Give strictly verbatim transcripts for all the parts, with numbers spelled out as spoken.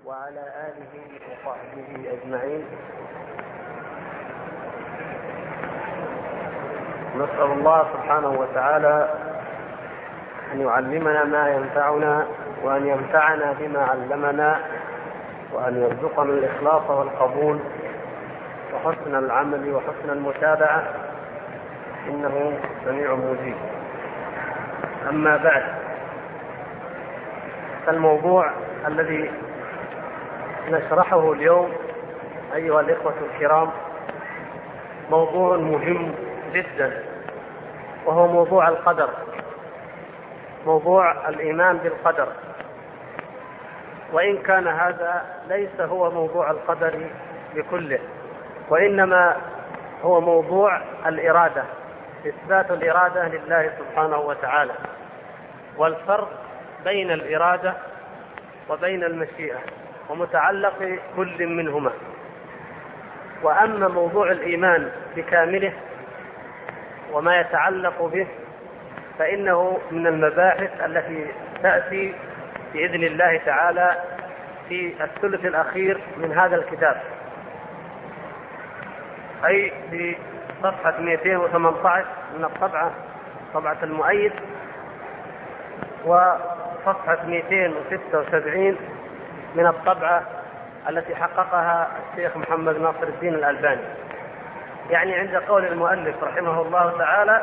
وعلى آله وصحبه أجمعين. نسأل الله سبحانه وتعالى أن يعلمنا ما ينفعنا وأن ينفعنا بما علمنا وأن يرزقنا الإخلاص والقبول وحسن العمل وحسن المتابعة، إنه سميع مجيب. أما بعد، فالموضوع الذي نشرحه اليوم أيها الإخوة الكرام موضوع مهم جدا، وهو موضوع القدر، موضوع الإيمان بالقدر. وإن كان هذا ليس هو موضوع القدر بكله، وإنما هو موضوع الإرادة، إثبات الإرادة لله سبحانه وتعالى، والفرق بين الإرادة وبين المشيئة ومتعلق كل منهما. وأما موضوع الإيمان بكامله وما يتعلق به فإنه من المباحث التي تأتي بإذن الله تعالى في الثلث الأخير من هذا الكتاب، أي في صفحة مئتين وثمانية عشر من الطبعة، طبعة المؤيد، وصفحة مئتين وستة وسبعين من الطبعة التي حققها الشيخ محمد ناصر الدين الألباني. يعني عند قول المؤلف رحمه الله تعالى: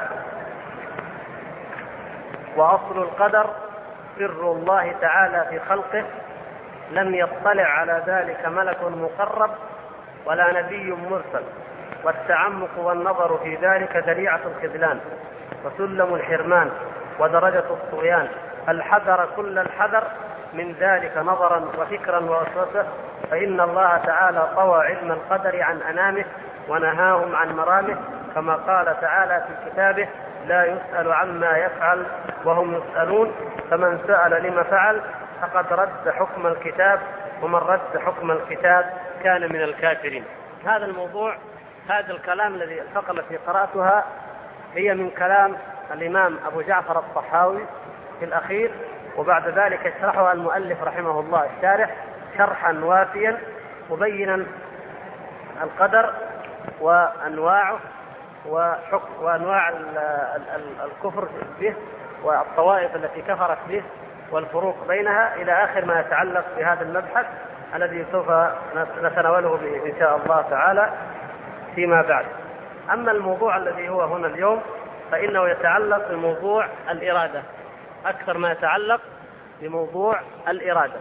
وأصل القدر سر الله تعالى في خلقه، لم يطلع على ذلك ملك مقرب ولا نبي مرسل، والتعمق والنظر في ذلك ذريعة الخذلان وسلم الحرمان ودرجة الطغيان، الحذر كل الحذر من ذلك نظرا وفكرا ووسوسة، فإن الله تعالى طوى علم القدر عن أنامه ونهاهم عن مرامه، كما قال تعالى في كتابه: لا يسأل عما يفعل وهم يسألون، فمن سأل لما فعل فقد رد حكم الكتاب، ومن رد حكم الكتاب كان من الكافرين. هذا الموضوع، هذا الكلام الذي الفقرة التي قرأتها هي من كلام الإمام أبو جعفر الطحاوي في الأخير، وبعد ذلك يشرحها المؤلف رحمه الله الشارح شرحا وافيا مبينا القدر وأنواعه وحكم وأنواع الكفر به والطوائف التي كفرت به والفروق بينها إلى آخر ما يتعلق بهذا المبحث الذي سوف نتناوله إن شاء الله تعالى فيما بعد. أما الموضوع الذي هو هنا اليوم فإنه يتعلق بموضوع الإرادة أكثر ما يتعلق بموضوع الإرادة،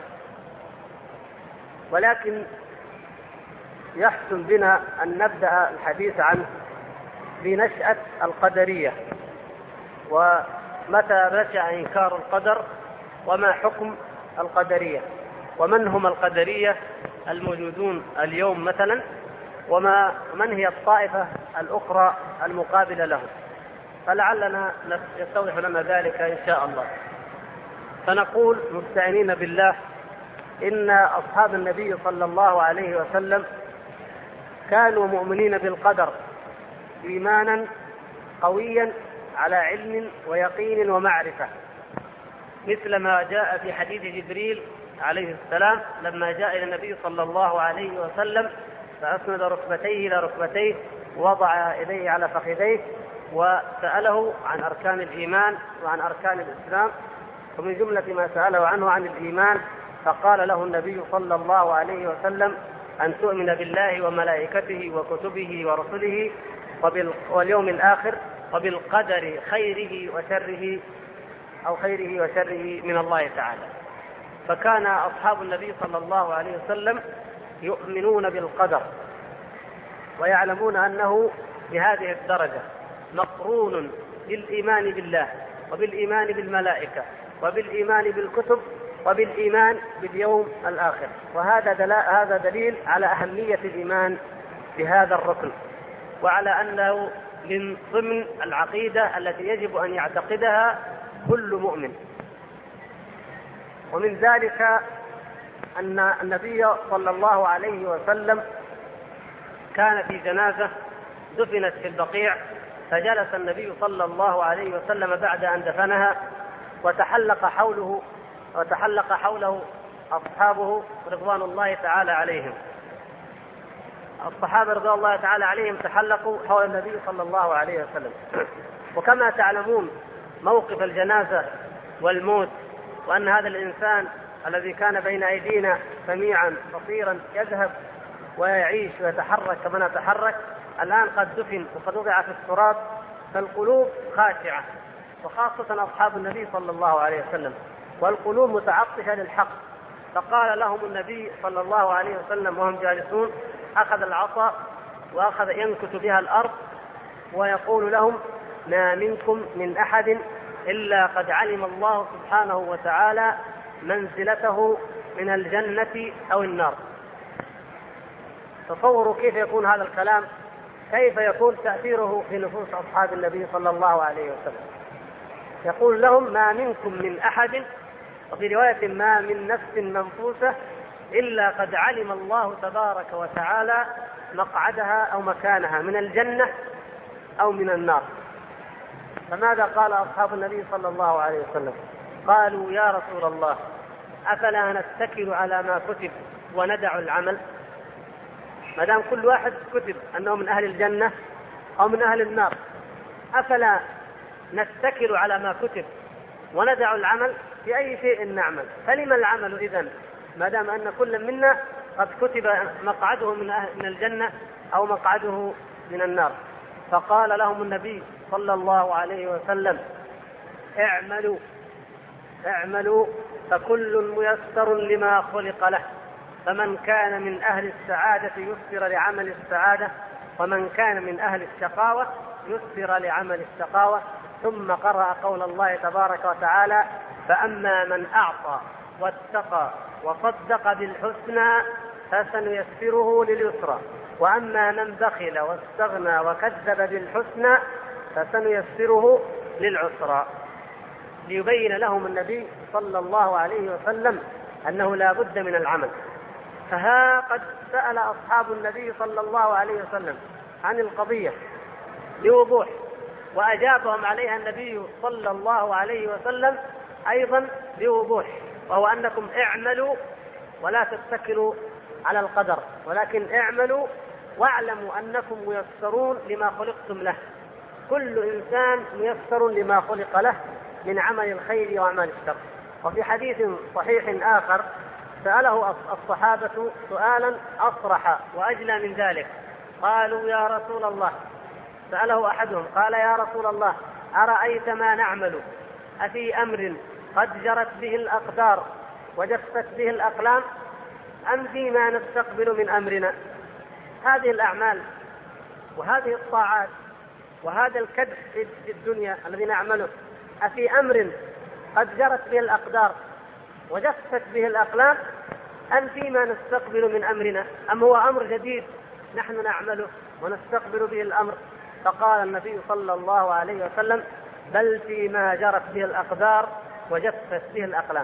ولكن يحسن بنا أن نبدأ الحديث عنه بنشأة القدرية، ومتى نشأ إنكار القدر، وما حكم القدرية، ومن هم القدرية الموجودون اليوم مثلا، وما من هي الطائفة الأخرى المقابلة لهم، فلعلنا يستوضح لنا ذلك إن شاء الله. فنقول مستعينين بالله إن أصحاب النبي صلى الله عليه وسلم كانوا مؤمنين بالقدر إيمانا قويا على علم ويقين ومعرفة، مثل ما جاء في حديث جبريل عليه السلام لما جاء إلى النبي صلى الله عليه وسلم فأسند ركبتيه إلى ركبتيه ووضع يديه على فخذيه وسأله عن أركان الإيمان وعن أركان الإسلام، ومن جملة ما سأله عنه عن الإيمان فقال له النبي صلى الله عليه وسلم: أن تؤمن بالله وملائكته وكتبه ورسله واليوم الآخر وبالقدر خيره وشره أو خيره وشره من الله تعالى. فكان أصحاب النبي صلى الله عليه وسلم يؤمنون بالقدر ويعلمون أنه بهذه الدرجة مقرون بالإيمان بالله وبالإيمان بالملائكة وبالإيمان بالكتب وبالإيمان باليوم الآخر. وهذا هذا دليل على أهمية الإيمان بهذا الركن، وعلى أنه من ضمن العقيدة التي يجب أن يعتقدها كل مؤمن. ومن ذلك أن النبي صلى الله عليه وسلم كان في جنازة دفنت في البقيع، فجلس النبي صلى الله عليه وسلم بعد أن دفنها وتحلق حوله وتحلق حوله أصحابه رضوان الله تعالى عليهم. الصحابة رضوان الله تعالى عليهم تحلقوا حول النبي صلى الله عليه وسلم، وكما تعلمون موقف الجنازة والموت، وأن هذا الإنسان الذي كان بين أيدينا سميعا بصيرا يذهب ويعيش ويتحرك كما نتحرك، الآن قد دفن وقد وضع في التراب، فالقلوب خاشعة، وخاصة أصحاب النبي صلى الله عليه وسلم، والقلوب متعطشة للحق. فقال لهم النبي صلى الله عليه وسلم وهم جالسون، أخذ العصا وأخذ ينكت بها الأرض ويقول لهم: ما منكم من أحد إلا قد علم الله سبحانه وتعالى منزلته من الجنة أو النار. تصوروا كيف يكون هذا الكلام، كيف يكون تأثيره في نفوس أصحاب النبي صلى الله عليه وسلم. يقول لهم: ما منكم من أحد، وفي رواية ما من نفس منفوسة إلا قد علم الله تبارك وتعالى مقعدها أو مكانها من الجنة أو من النار. فماذا قال أصحاب النبي صلى الله عليه وسلم؟ قالوا: يا رسول الله، أفلا نتكل على ما كتب وندع العمل؟ ما دام كل واحد كتب أنه من أهل الجنة أو من أهل النار، أفلا نتكل على ما كتب وندع العمل؟ في أي شيء نعمل؟ فلما العمل إذن ما دام أن كل منا قد كتب مقعده من أهل من الجنة أو مقعده من النار؟ فقال لهم النبي صلى الله عليه وسلم: اعملوا اعملوا فكل ميسر لما خلق له، فمن كان من أهل السعادة يسر لعمل السعادة، ومن كان من أهل الشقاوة يسر لعمل الشقاوة. ثم قرأ قول الله تبارك وتعالى: فأما من أعطى واتقى وصدق بالحسنى فسنيسره لليسرى، وأما من بخل واستغنى وكذب بالحسنى فسنيسره للعسرى. ليبين لهم النبي صلى الله عليه وسلم أنه لا بد من العمل. فها قد سأل أصحاب النبي صلى الله عليه وسلم عن القضية بوضوح، وأجابهم عليها النبي صلى الله عليه وسلم أيضا بوضوح، وهو أنكم اعملوا ولا تتكلوا على القدر، ولكن اعملوا واعلموا أنكم ميسرون لما خلقتم له. كل إنسان ميسر لما خلق له من عمل الخير وعمل الشر. وفي حديث صحيح آخر سأله الصحابة سؤالا أصرح وأجلى من ذلك، قالوا: يا رسول الله، سأله أحدهم قال: يا رسول الله، أرأيت ما نعمل أفي أمر قد جرت به الأقدار وجفت به الأقلام، أم فيما نستقبل من أمرنا؟ هذه الأعمال وهذه الطاعات وهذا الكدح في الدنيا الذي نعمله أفي أمر قد جرت به الأقدار وجفت به الأقلام، أم فيما نستقبل من أمرنا؟ أم هو أمر جديد نحن نعمله ونستقبل به الأمر؟ فقال النبي صلى الله عليه وسلم: بل فيما جرت به الأقدار وجفت به الأقلام.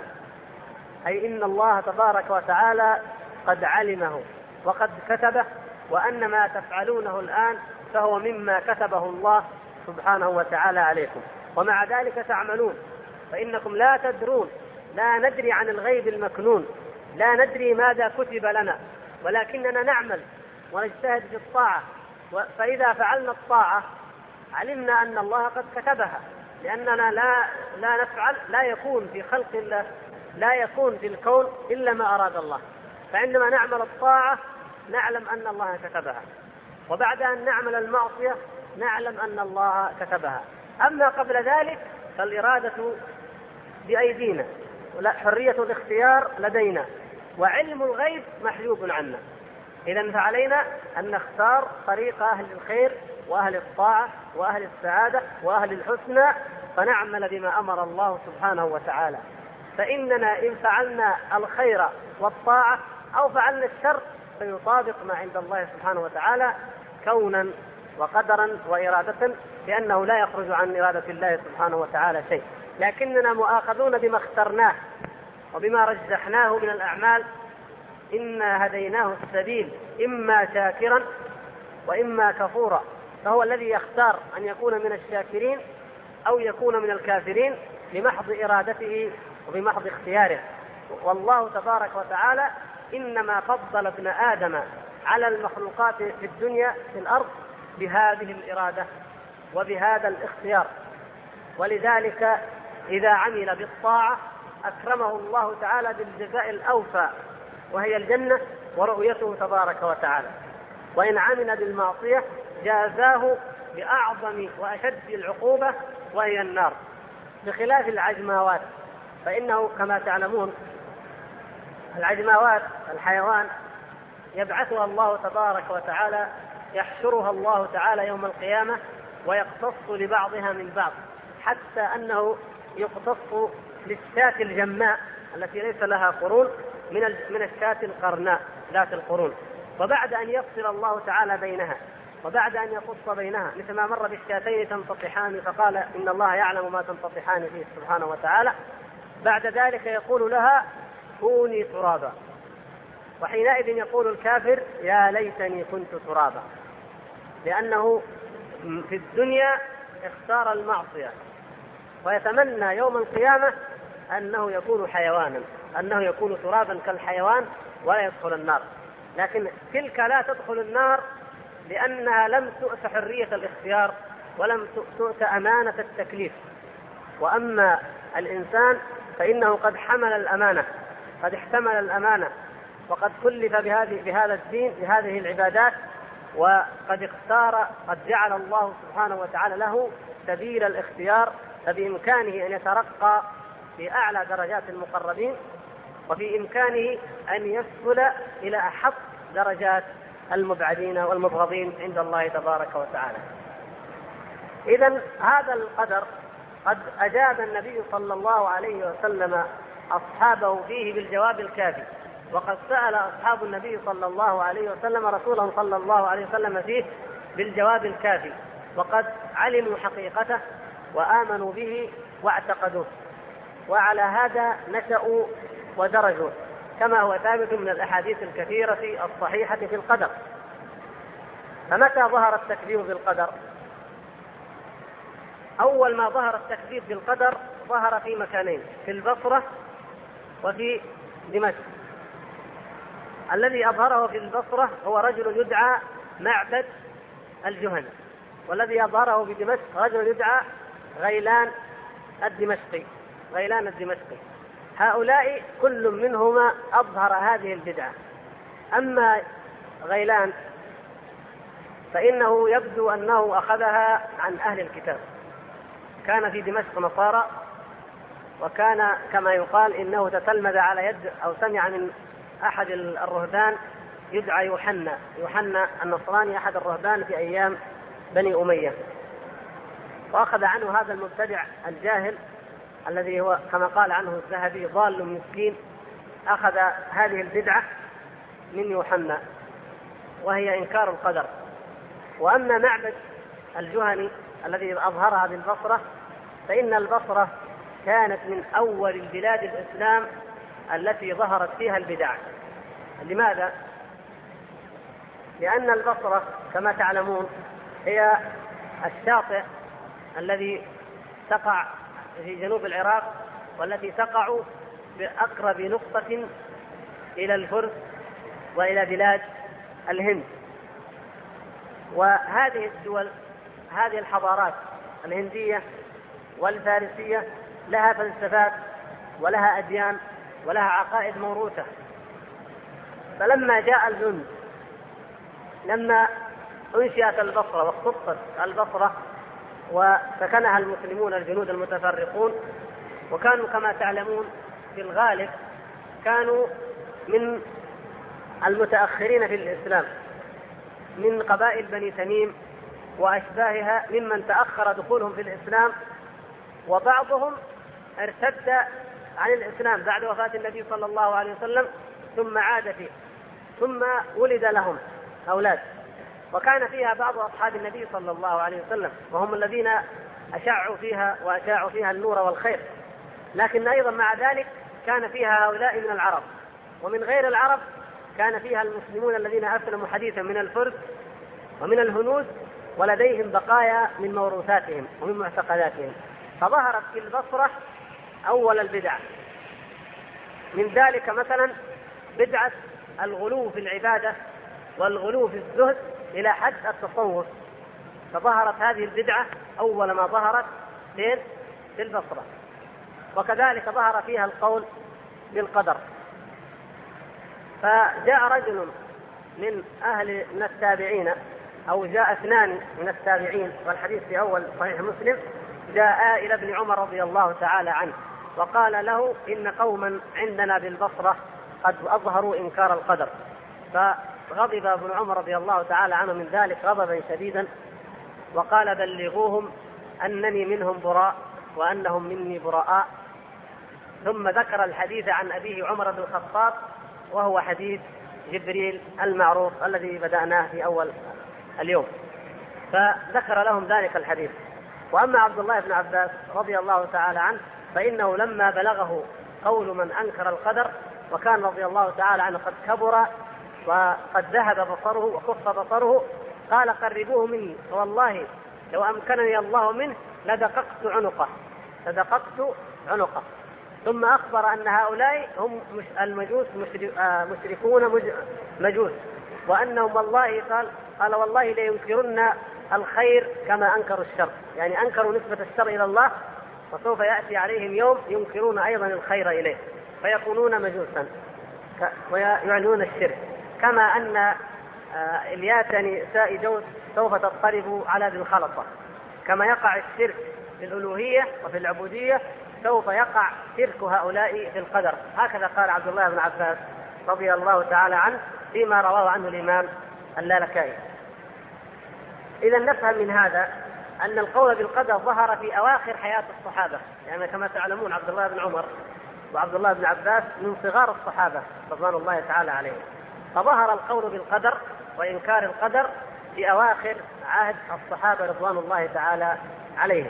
أي إن الله تبارك وتعالى قد علمه وقد كتبه، وأن ما تفعلونه الآن فهو مما كتبه الله سبحانه وتعالى عليكم، ومع ذلك تعملون. فإنكم لا تدرون، لا ندري عن الغيب المكنون، لا ندري ماذا كتب لنا، ولكننا نعمل ونجتهد في الطاعة. فإذا فعلنا الطاعة علمنا أن الله قد كتبها، لأننا لا لا نفعل، لا يكون في خلق الله، لا يكون في الكون إلا ما أراد الله. فعندما نعمل الطاعة نعلم أن الله كتبها، وبعد أن نعمل المعصية نعلم أن الله كتبها. أما قبل ذلك فالإرادة بأيدينا، حرية الاختيار لدينا، وعلم الغيب محجوب عنا. إذن فعلينا أن نختار طريق أهل الخير وأهل الطاعة وأهل السعادة وأهل الحسنى، فنعمل بما أمر الله سبحانه وتعالى. فإننا إن فعلنا الخير والطاعة أو فعلنا الشر فيطابق ما عند الله سبحانه وتعالى كونا وقدرا وإرادة، لأنه لا يخرج عن إرادة الله سبحانه وتعالى شيء. لكننا مؤاخذون بما اخترناه وبما رجحناه من الأعمال. إنا هديناه السبيل إما شاكرا وإما كفورا، فهو الذي يختار أن يكون من الشاكرين أو يكون من الكافرين بمحض إرادته وبمحض اختياره. والله تبارك وتعالى إنما فضل ابن آدم على المخلوقات في الدنيا في الأرض بهذه الإرادة وبهذا الاختيار، ولذلك إذا عمل بالطاعة أكرمه الله تعالى بالجزاء الأوفى وهي الجنة ورؤيته تبارك وتعالى، وإن عمل بالمعصية جازاه بأعظم وأشد العقوبة وهي النار، بخلاف العجماوات. فإنه كما تعلمون العجماوات الحيوان يبعثها الله تبارك وتعالى، يحشرها الله تعالى يوم القيامة ويقتص لبعضها من بعض، حتى أنه يقتص للشاة الجماء التي ليس لها قرون من من الشاة القرناء ذات القرون، وبعد أن يفصل الله تعالى بينها وبعد أن يقص بينها مثل ما مر بالشاتين تنتطحان فقال إن الله يعلم ما تنتطحان فيه سبحانه وتعالى، بعد ذلك يقول لها كوني ترابا، وحينئذ يقول الكافر يا ليتني كنت ترابا، لأنه في الدنيا اختار المعصية ويتمنى يوم القيامة أنه يكون حيوانا، أنه يكون ترابا كالحيوان ولا يدخل النار. لكن تلك لا تدخل النار لأنها لم تؤت حرية الاختيار ولم تؤت أمانة التكليف. وأما الإنسان فإنه قد حمل الأمانة، قد احتمل الأمانة، وقد كلف بهذه بهذا الدين بهذه العبادات، وقد اختار، قد جعل الله سبحانه وتعالى له سبيل الاختيار، فبإمكانه أن يترقى في أعلى درجات المقربين، وفي إمكانه أن يسفل إلى أحط درجات المبعدين والمبغضين عند الله تبارك وتعالى. إذن هذا القدر قد أجاب النبي صلى الله عليه وسلم أصحابه فيه بالجواب الكافي، وقد سأل أصحاب النبي صلى الله عليه وسلم رسوله صلى الله عليه وسلم فيه بالجواب الكافي، وقد علموا حقيقته وآمنوا به واعتقدوه، وعلى هذا نشأوا ودرجوا كما هو ثابت من الأحاديث الكثيرة الصحيحة في القدر. فمتى ظهر التكذيب بالقدر؟ أول ما ظهر التكذيب بالقدر ظهر في مكانين، في البصرة وفي دمشق. الذي أظهره في البصرة هو رجل يدعى معبد الجهني، والذي أظهره في دمشق رجل يدعى غيلان الدمشقي غيلان الدمشقي هؤلاء كل منهما أظهر هذه البدعة. أما غيلان فإنه يبدو أنه أخذها عن أهل الكتاب، كان في دمشق نصارى، وكان كما يقال إنه تتلمذ على يد أو سمع من أحد الرهبان يدعى يوحنا يوحنا النصراني، أحد الرهبان في أيام بني أمية، وأخذ عنه هذا المبتدع الجاهل الذي هو كما قال عنه الذهبي ضال مسكين، أخذ هذه البدعة من يوحنا وهي إنكار القدر. وأما معبد الجهني الذي أظهرها بالبصرة فإن البصرة كانت من أول البلاد الإسلام التي ظهرت فيها البدع. لماذا؟ لأن البصرة كما تعلمون هي الشاطئ الذي تقع في جنوب العراق، والتي تقع بأقرب نقطة إلى الفرس وإلى بلاد الهند. وهذه الدول، هذه الحضارات الهندية والفارسية لها فلسفات ولها أديان ولها عقائد موروثة. فلما جاء الهند، لما أنشئت البصرة واختصت البصرة وسكنها المسلمون الجنود المتفرقون، وكانوا كما تعلمون في الغالب كانوا من المتأخرين في الإسلام، من قبائل بني تميم وأشباهها ممن تأخر دخولهم في الإسلام، وبعضهم ارتد عن الإسلام بعد وفاة النبي صلى الله عليه وسلم ثم عاد فيه، ثم ولد لهم أولاد، وكان فيها بعض أصحاب النبي صلى الله عليه وسلم وهم الذين أشعوا فيها وأشاعوا فيها النور والخير. لكن أيضا مع ذلك كان فيها هؤلاء من العرب، ومن غير العرب كان فيها المسلمون الذين أسلموا حديثا من الفرس ومن الهنود، ولديهم بقايا من موروثاتهم ومن معتقداتهم. فظهرت في البصرة أول البدع، من ذلك مثلا بدعة الغلو في العبادة والغلو في الزهد إلى حد التصوف. فظهرت هذه البدعة أول ما ظهرت فين؟ في البصرة، وكذلك ظهر فيها القول بالقدر. فجاء رجل من أهل من التابعين، أو جاء اثنان من التابعين، والحديث في أول صحيح مسلم، جاء إلى ابن عمر رضي الله تعالى عنه وقال له إن قوما عندنا بالبصرة قد أظهروا إنكار القدر. فغضب ابن عمر رضي الله تعالى عنه من ذلك غضبا شديدا، وقال بلغوهم أنني منهم براء وأنهم مني براء. ثم ذكر الحديث عن أبيه عمر بن الخطاب، وهو حديث جبريل المعروف الذي بدأناه في أول اليوم، فذكر لهم ذلك الحديث. وأما عبد الله بن عباس رضي الله تعالى عنه فإنه لما بلغه قول من أنكر القدر، وكان رضي الله تعالى عنه قد كبر وقد ذهب بصره وخف بصره، قال قربوه مني، والله لو أمكنني الله منه لدققت عنقه لدققت عنقه. ثم أخبر أن هؤلاء هم المجوس مشركون مجوس، وأنهم والله قال قال والله لينكرن الخير كما أنكروا الشر، يعني أنكروا نسبة الشر إلى الله، وسوف يأتي عليهم يوم ينكرون أيضا الخير إليه فيكونون مجوسا ويعلنون الشرك، كما أن إليات نساء جوز سوف تضطرب على ذي الخلطة. كما يقع الشرك في الألوهية وفي العبودية سوف يقع شرك هؤلاء في القدر. هكذا قال عبد الله بن عباس رضي الله تعالى عنه فيما رواه عنه الإمام اللالكائي. إذا نفهم من هذا أن القول بالقدر ظهر في أواخر حياة الصحابة، يعني كما تعلمون عبد الله بن عمر وعبد الله بن عباس من صغار الصحابة رضوان الله تعالى عليهم، فظهر القول بالقدر وإنكار القدر في أواخر عهد الصحابة رضوان الله تعالى عليهم.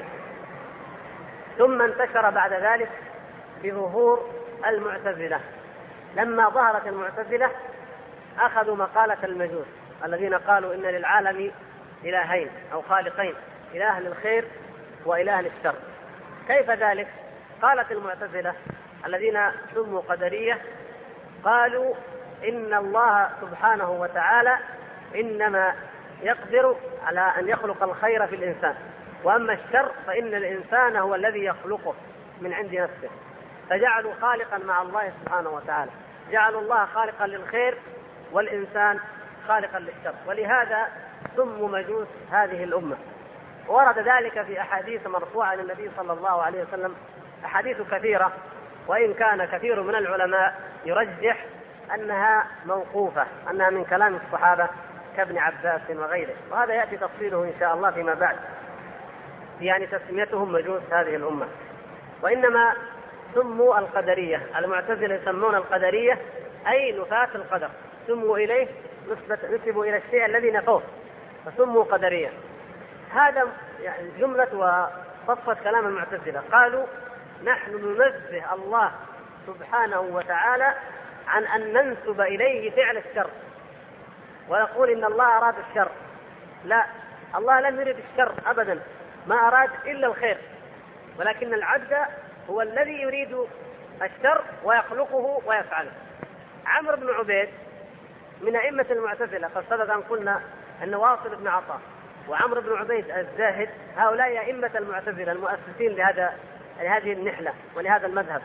ثم انتشر بعد ذلك بظهور المعتزلة. لما ظهرت المعتزلة أخذوا مقالة المجوس الذين قالوا إن للعالم إلهين أو خالقين، إله للخير وإله للشر. كيف ذلك؟ قالت المعتزلة الذين سموا قدرية قالوا إن الله سبحانه وتعالى إنما يقدر على أن يخلق الخير في الإنسان، وأما الشر فإن الإنسان هو الذي يخلقه من عند نفسه. فجعلوا خالقا مع الله سبحانه وتعالى، جعلوا الله خالقا للخير والإنسان خالقا للشر، ولهذا سموا مجوس هذه الأمة. ورد ذلك في أحاديث مرفوعة للنبي صلى الله عليه وسلم، أحاديث كثيرة، وإن كان كثير من العلماء يرجح أنها موقوفة، أنها من كلام الصحابة كابن عباس وغيره، وهذا يأتي تفصيله إن شاء الله فيما بعد، يعني تسميتهم مجوس هذه الأمة. وإنما سموا القدرية، المعتزلة يسمون القدرية أي نفاة القدر، سموا إليه نسبوا إلى الشيء الذي نفوه فسموا قدرية. هذا يعني جملة وصفة كلام المعتزلة. قالوا نحن ننزه الله سبحانه وتعالى عن أن ننسب إليه فعل الشر ونقول إن الله أراد الشر. لا، الله لم يرد الشر أبدا، ما أراد إلا الخير، ولكن العبد هو الذي يريد الشر ويخلقه ويفعله. عمرو بن عبيد من أئمة المعتزلة، قد سبق أن قلنا أن واصل بن عطاء وعمرو بن عبيد الزاهد هؤلاء أئمة المعتزلة المؤسسين لهذا لهذه النحلة ولهذا المذهب.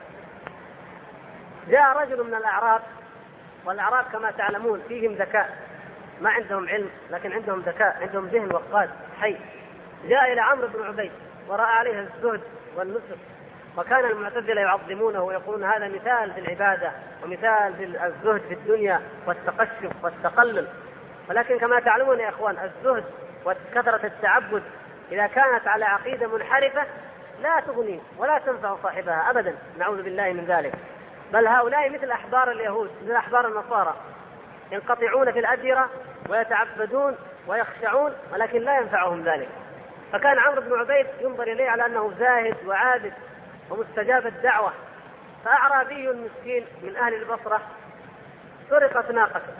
جاء رجل من الأعراب، والأعراب كما تعلمون فيهم ذكاء، ما عندهم علم لكن عندهم ذكاء، عندهم ذهن وقاد حي. جاء إلى عمرو بن عبيد ورأى عليه الزهد والنسك، وكان المعتزلة يعظمونه ويقولون هذا مثال في العبادة ومثال في الزهد في الدنيا والتقشف والتقلل. ولكن كما تعلمون يا إخوان الزهد وكثرة التعبد إذا كانت على عقيدة منحرفة لا تغني ولا تنفع صاحبها أبدا، نعوذ بالله من ذلك. بل هؤلاء مثل أحبار اليهود مثل أحبار النصارى، ينقطعون في الأديرة ويتعبدون ويخشعون ولكن لا ينفعهم ذلك. فكان عمرو بن عبيد ينظر إليه على أنه زاهد وعابد ومستجاب الدعوة. فأعرابي مسكين من أهل البصرة سرقت ناقته،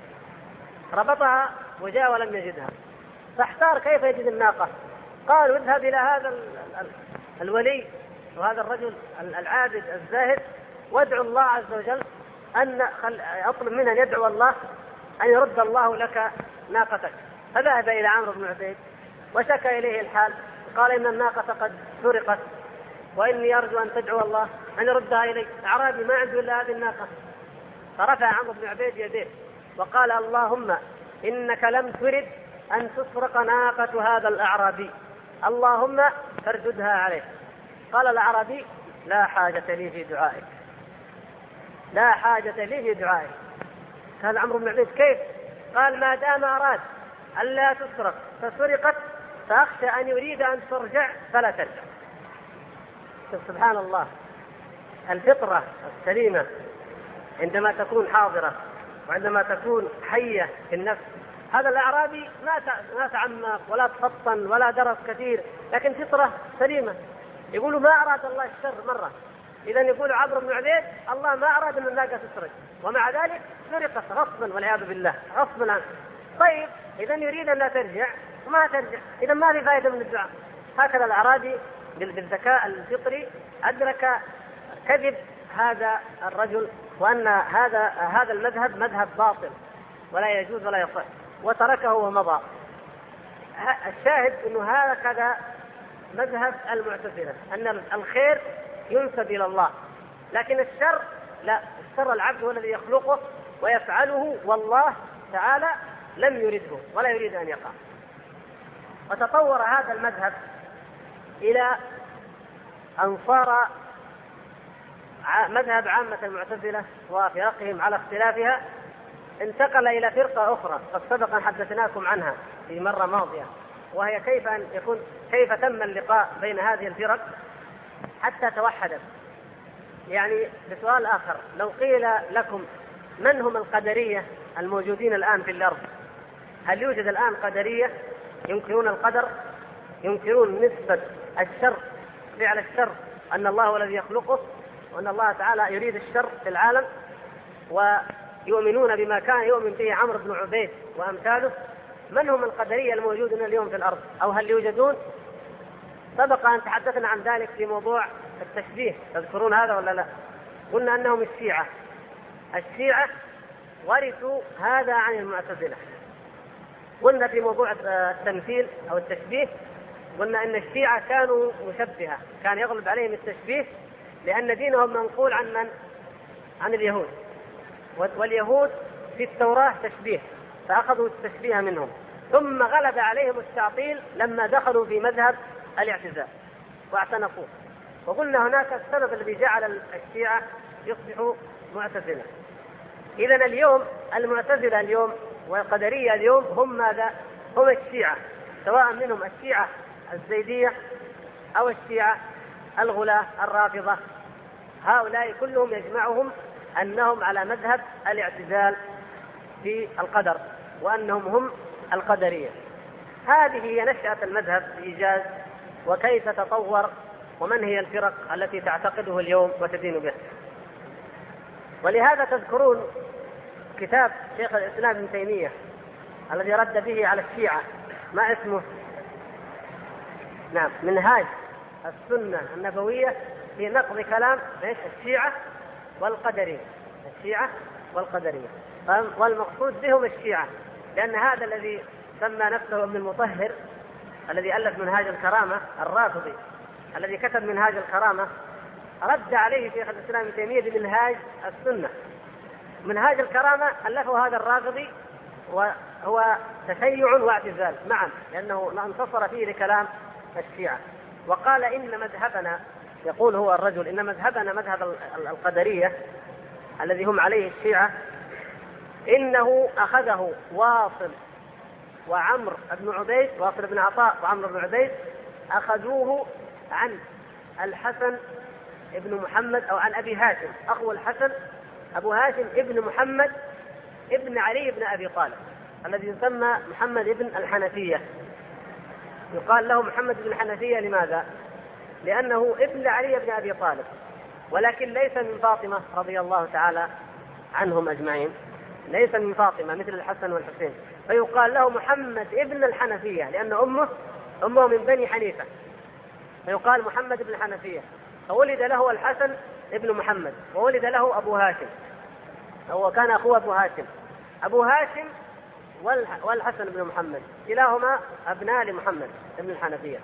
ربطها وجاء ولم يجدها، فاحتار كيف يجد الناقة. قالوا اذهب إلى هذا الولي وهذا الرجل العابد الزاهد وادعو الله عز وجل أن أطلب منه أن يدعو الله أن يرد الله لك ناقتك. فذهب إلى عمرو بن عبيد وشكى إليه الحال، قال إن الناقة قد سرقت وإني أرجو أن تدعو الله أن يردها إلي، أعرابي ما عنده إلا هذه الناقة. فرفع عمرو بن عبيد يديه وقال اللهم إنك لم ترد أن تسرق ناقة هذا الأعرابي، اللهم فارددها عليه. قال الأعرابي لا حاجة لي في دعائك، لا حاجة لي في دعائك. قال عمرو بن عبيد كيف؟ قال ما دام أراد ألا تسرق فسرقت فأخشى أن يريد أن ترجع فلا ترجع. سبحان الله، الفطرة السليمة عندما تكون حاضرة وعندما تكون حية في النفس. هذا الأعرابي ما تعمق ولا تفطن ولا درس كثير، لكن فطرة سليمة. يقولوا ما أراد الله الشر مرة، إذا يقول عمرو بن عبيد الله ما أراد أن الناقة تسرق، ومع ذلك سرقت غصبا والعياذ بالله غصبا عنه. طيب إذا يريد أن لا ترجع وما ترجع، إذا ما في فائدة من الدعاء. هكذا الأعرابي بالذكاء الفطري أدرك كذب هذا الرجل، وأن هذا هذا المذهب مذهب باطل ولا يجوز ولا يصح، وتركه ومضى. الشاهد أنه هكذا مذهب المعتزلة، أن الخير ينسب إلى الله، لكن الشر لا، الشر العبد هو الذي يخلقه ويفعله، والله تعالى لم يرده ولا يريد أن يقع. وتطور هذا المذهب إلى أن صار مذهب عامة المعتزلة وفرقهم على اختلافها، انتقل إلى فرقة أخرى قد سبق أن حدثناكم عنها في مرة ماضية، وهي كيف أن يكون كيف تم اللقاء بين هذه الفرق حتى توحدت. يعني بسؤال آخر، لو قيل لكم من هم القدرية الموجودين الآن في الأرض، هل يوجد الآن قدرية ينكرون القدر، ينكرون نسبة الشر فعل الشر، أن الله هو الذي يخلقه وأن الله تعالى يريد الشر في العالم، ويؤمنون بما كان يؤمن به عمرو بن عبيد وأمثاله؟ من هم القدرية الموجودون اليوم في الأرض، أو هل يوجدون؟ سبق أن تحدثنا عن ذلك في موضوع التشبيه، تذكرون هذا ولا لا؟ قلنا أنهم الشيعة. الشيعة ورثوا هذا عن المعتزلة. قلنا في موضوع التمثيل أو التشبيه، قلنا أن الشيعة كانوا مشبهة، كان يغلب عليهم التشبيه لأن دينهم منقول عن من؟ عن اليهود، واليهود في التوراة تشبيه فأخذوا التشبيه منهم، ثم غلب عليهم التعطيل لما دخلوا في مذهب الاعتزال واعتنقوه. وقلنا هناك السبب الذي جعل الشيعة يصبحوا معتزلة. إذن اليوم المعتزلة اليوم والقدرية اليوم هم ماذا؟ هم الشيعة، سواء منهم الشيعة الزيدية أو الشيعة الغلاة الرافضة، هؤلاء كلهم يجمعهم أنهم على مذهب الاعتزال في القدر، وأنهم هم القدرية. هذه هي نشأة المذهب بإيجاز، وكيف تطور، ومن هي الفرق التي تعتقده اليوم وتدين به. ولهذا تذكرون كتاب شيخ الإسلام ابن تيمية الذي رد به على الشيعة، ما اسمه؟ نعم، منهاج السنة النبوية في نقض كلام الشيعة والقدرية. الشيعة والقدرية، والمقصود بهم الشيعة، لأن هذا الذي سمى نفسه ابن المطهر الذي ألف منهاج الكرامة الرافضي، الذي كتب منهاج الكرامة، رد عليه شيخ الإسلام ابن تيمية بمنهاج السنة. منهاج الكرامة ألفه هذا الرافضي، وهو تشيع واعتزال معا، لأنه انتصر فيه لكلام الشيعة، وقال إن مذهبنا، يقول هو الرجل، إن مذهبنا مذهب القدرية الذي هم عليه الشيعة، إنه أخذه واصل وعمر بن عبيد، واصل بن عطاء وعمر بن عبيد، أخذوه عن الحسن ابن محمد، أو عن أبي هاشم أخو الحسن، أبو هاشم ابن محمد ابن علي بن أبي طالب، الذي يسمى محمد ابن الحنفية. يقال له محمد بن الحنفية لماذا؟ لأنه ابن علي بن أبي طالب، ولكن ليس من فاطمة رضي الله تعالى عنهم أجمعين، ليس من فاطمة مثل الحسن والحسين، فيقال له محمد ابن الحنفية لأن أمه أمه من بني حنيفة، فيقال محمد بن الحنفية. فولد له الحسن ابن محمد، وولد له أبو هاشم، هو كان أخوه أبو هاشم. أبو هاشم والحسن بن محمد كلاهما أبناء لمحمد بن الحنفية.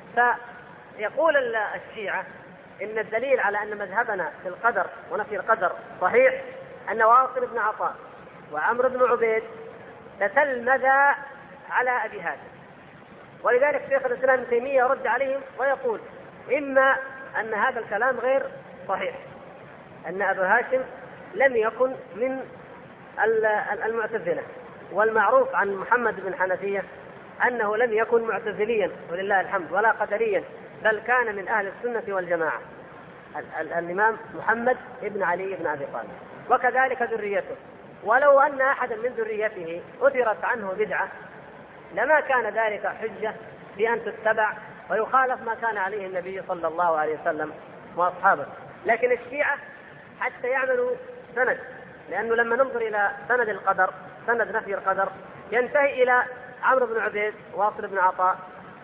فيقول الشيعة إن الدليل على أن مذهبنا في القدر ونفي القدر صحيح أن واصل بن عطاء وعمرو بن عبيد تتلمذا على أبي هاشم، ولذلك شيخ الإسلام ابن تيمية يرد عليهم ويقول إما أن هذا الكلام غير صحيح، أن أبو هاشم لم يكن من المعتزلة، والمعروف عن محمد بن حنفية أنه لم يكن معتزليا ولله الحمد ولا قدريا، بل كان من أهل السنة والجماعة الإمام محمد بن علي بن أبي طالب، وكذلك ذريته. ولو أن أحدا من ذريته أثرت عنه بدعة لما كان ذلك حجة بأن تتبع ويخالف ما كان عليه النبي صلى الله عليه وسلم وأصحابه. لكن الشيعة حتى يعملوا سند، لأنه لما ننظر إلى سند القدر، سند نفي القدر، ينتهي إلى عمرو بن عبيد واصل بن عطاء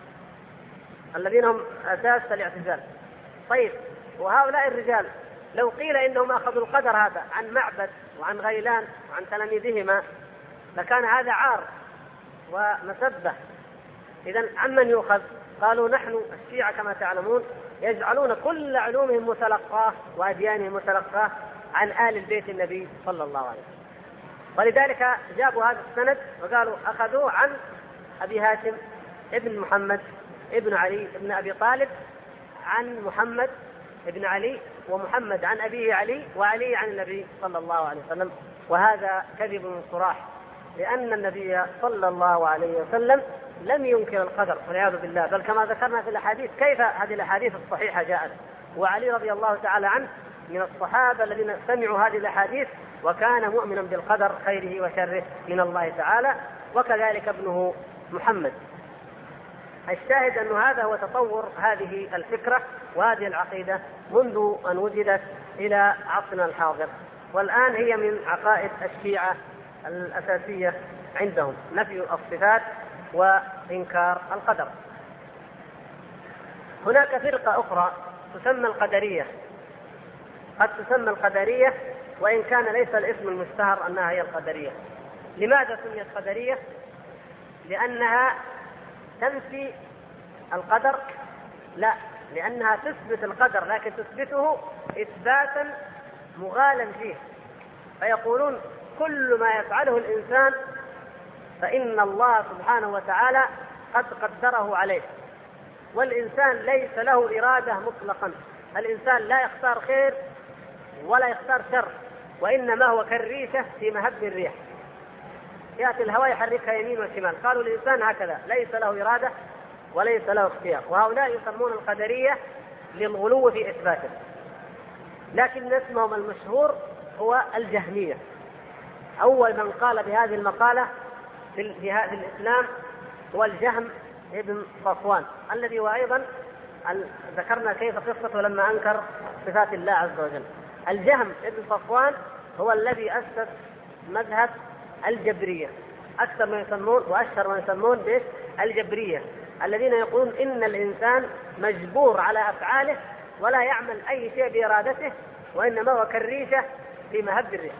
الذين هم أساس الاعتزال. طيب، وهؤلاء الرجال لو قيل إنهم أخذوا القدر هذا عن معبد وعن غيلان وعن تلاميذهما لكان هذا عار ومسبة. إذن عمن يؤخذ؟ قالوا نحن الشيعة كما تعلمون يجعلون كل علومهم متلقاه وأديانهم متلقاه عن آل البيت النبي صلى الله عليه وسلم، ولذلك جابوا هذا السند وقالوا أخذوه عن أبي هاشم ابن محمد ابن علي ابن أبي طالب عن محمد ابن علي، ومحمد عن أبيه علي، وعلي عن النبي صلى الله عليه وسلم. وهذا كذب صراح، لأن النبي صلى الله عليه وسلم لم ينكر القدر والعياذ بالله، بل كما ذكرنا في الأحاديث كيف هذه الأحاديث الصحيحة جاءت. وعلي رضي الله تعالى عنه من الصحابة الذين سمعوا هذه الأحاديث وكان مؤمنا بالقدر خيره وشره من الله تعالى، وكذلك ابنه محمد. الشاهد أن هذا هو تطور هذه الفكرة وهذه العقيدة منذ أن وجدت إلى عصرنا الحاضر، والآن هي من عقائد الشيعة الأساسية عندهم، نفي الصفات وإنكار القدر. هناك فرقة أخرى تسمى القدرية، قد تسمى القدرية وإن كان ليس الاسم المشتهر أنها هي القدرية. لماذا سميت قدرية؟ لأنها تنفي القدر؟ لا، لأنها تثبت القدر لكن تثبته إثباتا مغالا فيه. فيقولون كل ما يفعله الإنسان فإن الله سبحانه وتعالى قد قدره عليه، والإنسان ليس له إرادة مطلقا، الإنسان لا يختار خير ولا يختار شر، وإنما هو كالريشة في مهب الريح، يأتي الهواء يحركها يمين وشمال. قالوا الإنسان هكذا ليس له إرادة وليس له اختيار، وهؤلاء يسمون القدرية للغلو في إثباته. لكن اسمهم المشهور هو الجهمية. أول من قال بهذه المقالة في هذا الإسلام هو الجهم ابن صفوان، الذي هو أيضا ذكرنا كيف قصته لما أنكر صفات الله عز وجل. الجهم ابن صفوان هو الذي أسس مذهب الجبرية، أكثر ما يسمون وأشهر ما يسمون به الجبرية، الذين يقولون إن الإنسان مجبور على أفعاله ولا يعمل أي شيء بإرادته، وإنما هو كالريشة في مهب الريح.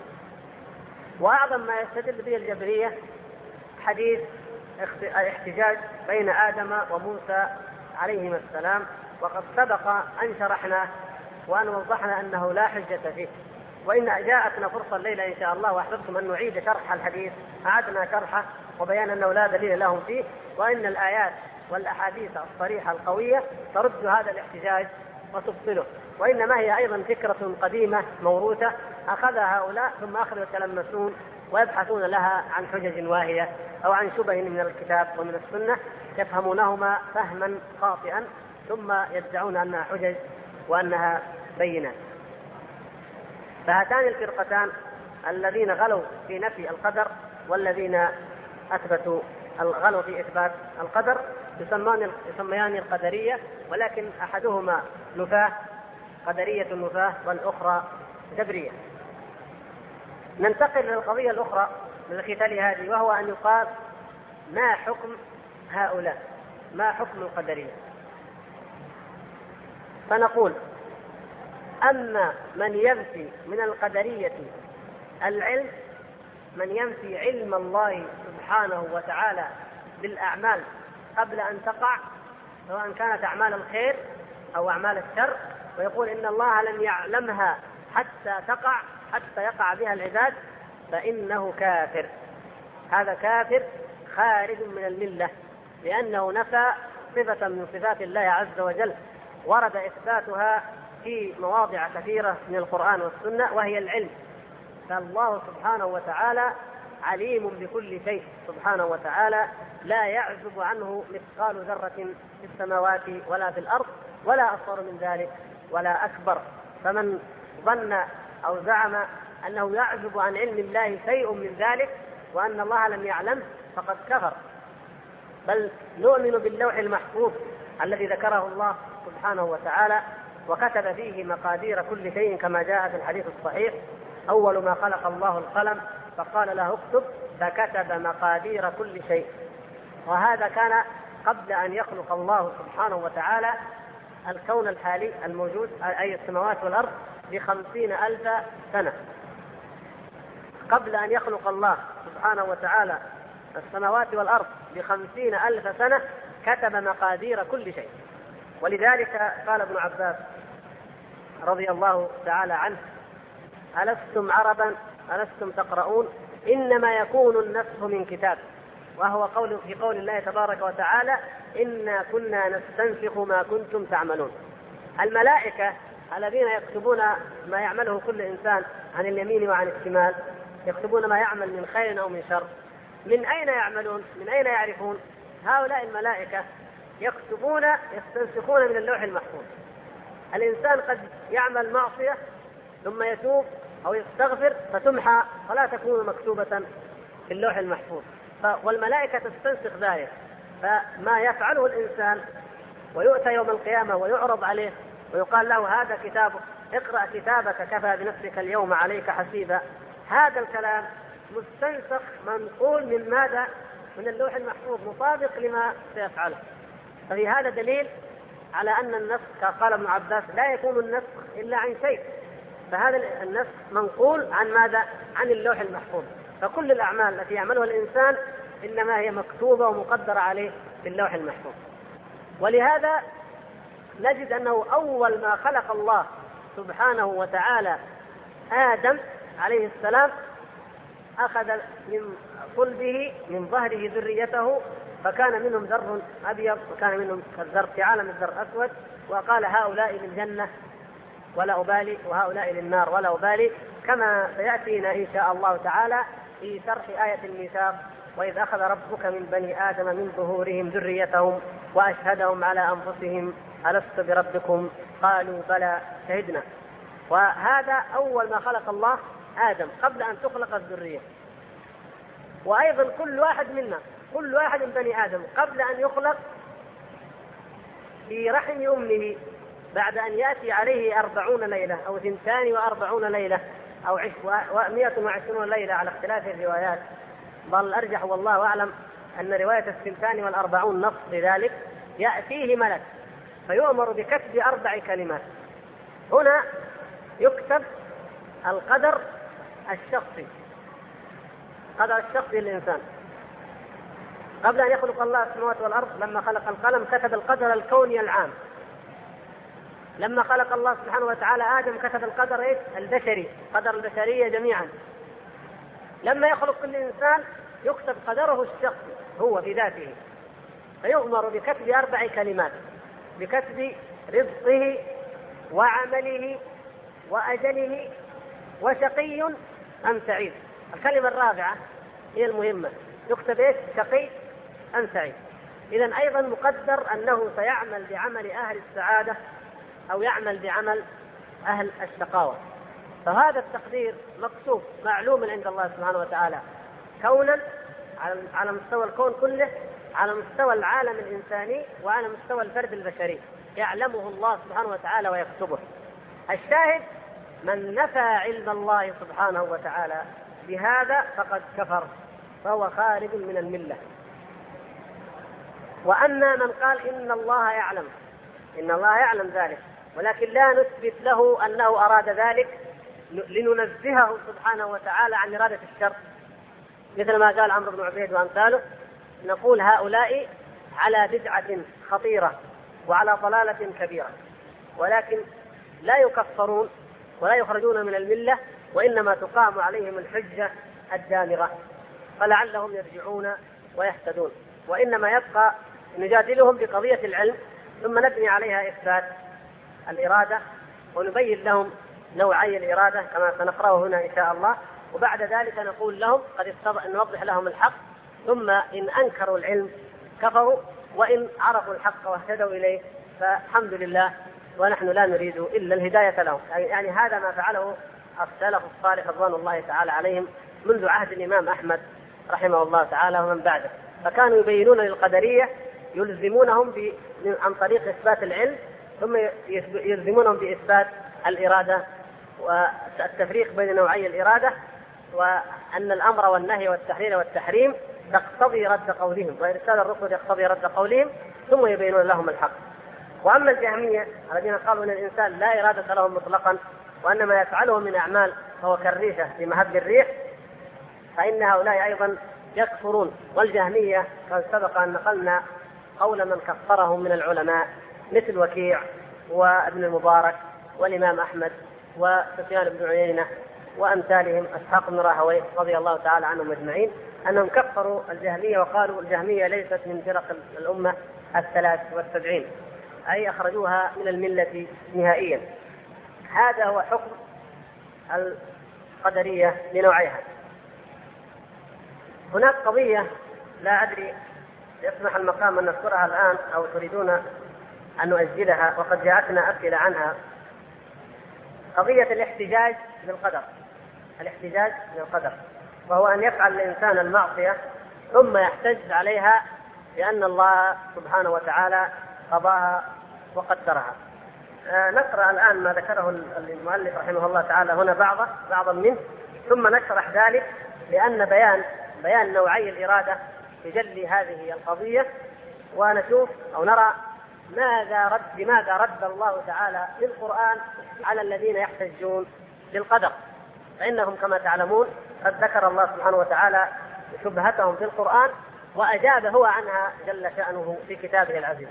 وأعظم ما يستدل به الجبرية حديث الاحتجاج بين آدم وموسى عليهما السلام، وقد سبق أن شرحنا وأن وضحنا أنه لا حجة فيه، وإن جاءتنا فرصة الليلة إن شاء الله وأحببتم أن نعيد شرح الحديث أعدنا شرحه وبيان أنه لا دليل لهم فيه، وإن الآيات والأحاديث الصريحة القوية ترد هذا الاحتجاج وتبطله، وإنما هي أيضا فكرة قديمة موروثة أخذها هؤلاء ثم أخذوا يتلمسون ويبحثون لها عن حجج واهية أو عن شبه من الكتاب ومن السنة يفهمونهما فهما خاطئا ثم يدعون أنها حجج وأنها بينات. فهاتان الفرقتان الذين غلوا في نفي القدر والذين أثبتوا الغلو في إثبات القدر يسميان القدرية، ولكن أحدهما نفاة قدرية النفاة والأخرى جبرية. ننتقل للقضية الأخرى التي تلي هذه، وهو أن يقال ما حكم هؤلاء، ما حكم القدرية. فنقول أما من ينفي من القدرية العلم، من ينفي علم الله سبحانه وتعالى بالأعمال قبل أن تقع، سواء كانت أعمال الخير أو أعمال الشر، ويقول إن الله لم يعلمها حتى تقع، حتى يقع بها العباد، فإنه كافر. هذا كافر خارج من الملة، لأنه نفى صفة من صفات الله عز وجل ورد إثباتها في مواضع كثيرة من القرآن والسنة، وهي العلم. فالله سبحانه وتعالى عليم بكل شيء سبحانه وتعالى، لا يعزب عنه مثقال ذرة في السماوات ولا في الأرض، ولا أصغر من ذلك ولا أكبر. فمن ظن أو زعم أنه يعزب عن علم الله شيء من ذلك وأن الله لم يعلم فقد كفر. بل نؤمن باللوح المحفوظ الذي ذكره الله سبحانه وتعالى وكتب فيه مقادير كل شيء، كما جاء في الحديث الصحيح: أول ما خلق الله القلم فقال له اكتب، فكتب مقادير كل شيء. وهذا كان قبل أن يخلق الله سبحانه وتعالى الكون الحالي الموجود، أي السماوات والأرض، بخمسين ألف سنة. قبل أن يخلق الله سبحانه وتعالى السماوات والأرض بخمسين ألف سنة كتب مقادير كل شيء. ولذلك قال ابن عباس رضي الله تعالى عنه: ألستم عربا ألستم تقرؤون، إنما يكون النسخ من كتاب. وهو قول في قول الله تبارك وتعالى: إنا كنا نستنسخ ما كنتم تعملون. الملائكة الذين يكتبون ما يعمله كل إنسان عن اليمين وعن الشمال، يكتبون ما يعمل من خير أو من شر، من أين يعملون؟ من أين يعرفون؟ هؤلاء الملائكة يكتبون، يستنسخون من اللوح المحفوظ. الإنسان قد يعمل معصية ثم يتوب أو يستغفر فتمحى ولا تكون مكتوبة في اللوح المحفوظ، والملائكة تستنسخ ذلك. فما يفعله الإنسان ويؤتى يوم القيامة ويعرض عليه ويقال له: هذا كتابك، اقرأ كتابك كفى بنفسك اليوم عليك حسيبا، هذا الكلام مستنسخ منقول من ماذا؟ من اللوح المحفوظ، مطابق لما سيفعله. ففي هذا دليل على أن النسخ، قال ابن عباس: لا يكون النسخ إلا عن شيء. فهذا النسخ منقول عن ماذا؟ عن اللوح المحفوظ. فكل الأعمال التي يعملها الإنسان إنما هي مكتوبة ومقدرة عليه في اللوح المحفوظ. ولهذا نجد أنه أول ما خلق الله سبحانه وتعالى آدم عليه السلام أخذ من صلبه من ظهره ذريته، فكان منهم ذر أبيض وكان منهم كالذر في عالم الذر أسود، وقال: هؤلاء للجنة ولا أبالي، وهؤلاء للنار ولا أبالي، كما سيأتينا إن شاء الله تعالى في شرح آية الميثاق: وإذ أخذ ربك من بني آدم من ظهورهم ذريتهم وأشهدهم على أنفسهم ألست بربكم قالوا بلى شهدنا. وهذا أول ما خلق الله آدم قبل أن تخلق الذرية. وأيضا كل واحد منا، كل واحد من بني آدم قبل أن يخلق في رحم أمه، بعد أن يأتي عليه أربعون ليلة أو ثنتان وأربعون ليلة أو مئة وعشرون ليلة على اختلاف الروايات، بل الأرجح والله أعلم أن رواية الثنتان والأربعون نص لذلك، يأتيه ملك فيؤمر بكتب أربع كلمات. هنا يكتب القدر الشخصي، قدر الشخصي للإنسان. قبل أن يخلق الله السماوات والأرض لما خلق القلم كتب القدر الكوني العام. لما خلق الله سبحانه وتعالى آدم كتب القدر إيش؟ البشري، قدر البشرية جميعا. لما يخلق كل إنسان يكتب قدره الشخصي هو بذاته، فيؤمر بكتب أربع كلمات: بكتب رزقه وعمله وأجله وشقي أم سعيد. الكلمة الرابعة هي المهمة، يكتب إيش؟ شقي أم سعيد. إذن أيضا مقدر أنه سيعمل بعمل أهل السعادة أو يعمل بعمل أهل الشقاوة. فهذا التقدير مكتوب معلوم عند الله سبحانه وتعالى كونا على مستوى الكون كله، على مستوى العالم الإنساني، وعلى مستوى الفرد البشري، يعلمه الله سبحانه وتعالى ويكتبه. الشاهد: من نفى علم الله سبحانه وتعالى بهذا فقد كفر، فهو خارج من الملة. وأما من قال إن الله يعلم، إن الله يعلم ذلك ولكن لا نثبت له أنه أراد ذلك لننزهه سبحانه وتعالى عن إرادة الشر، مثل ما قال عمرو بن عبيد وأمثاله، نقول هؤلاء على بدعة خطيرة وعلى ضلالة كبيرة، ولكن لا يكفرون ولا يخرجون من الملة، وإنما تقام عليهم الحجة الدامغة فلعلهم يرجعون ويهتدون. وإنما يبقى نجادلهم بقضية العلم ثم نبني عليها إثبات الإرادة ونبين لهم نوعي الإرادة كما سنقرأه هنا إن شاء الله، وبعد ذلك نقول لهم قد نوضح لهم الحق، ثم إن أنكروا العلم كفروا، وإن عرفوا الحق واهتدوا إليه فالحمد لله، ونحن لا نريد إلا الهداية لهم. يعني هذا ما فعله السلف الصالح رضوان الله تعالى عليهم منذ عهد الإمام أحمد رحمه الله تعالى ومن بعده، فكانوا يبينون للقدرية يلزمونهم عن طريق إثبات العلم، ثم يلزمونهم بإثبات الإرادة والتفريق بين نوعي الإرادة، وأن الأمر والنهي والتحليل والتحريم تقتضي رد قولهم، وإرسال الرسل يقتضي رد قولهم، ثم يبينون لهم الحق. وأما الجهمية الذين قالوا أن الإنسان لا إرادة له مطلقا وأن ما يفعله من أعمال فهو كالريشة في مهب الريح، فإن هؤلاء أيضا يكفرون. والجهمية قد سبق أن نقلنا قول من كفرهم من العلماء مثل وكيع وابن المبارك والإمام أحمد وسفيان بن عيينة وأمثالهم أسحاق بن راهويه رضي الله تعالى عنهم أجمعين، أنهم كفروا الجهمية وقالوا الجهمية ليست من فرق الأمة الثلاث والسبعين، أي أخرجوها من الملة نهائيا. هذا هو حكم القدرية لنوعيها. هناك قضية لا أدري يسمح المقام أن نذكرها الآن أو تريدون أن نؤجلها، وقد جاءتنا أسئلة عنها، قضية الاحتجاج بالقدر. الاحتجاج بالقدر وهو أن يفعل الإنسان المعصية ثم يحتج عليها لأن الله سبحانه وتعالى قضاها وقدرها. آه نقرأ الآن ما ذكره المؤلف رحمه الله تعالى هنا بعضا بعضا منه، ثم نشرح ذلك، لأن بيان بيان نوعي الإرادة يجلي هذه القضية، ونشوف أو نرى ماذا رد لماذا رد الله تعالى في القرآن على الذين يحتجون بالقدر، فإنهم كما تعلمون قد ذكر الله سبحانه وتعالى شبهتهم في القرآن وأجاب هو عنها جل شأنه في كتابه العزيز.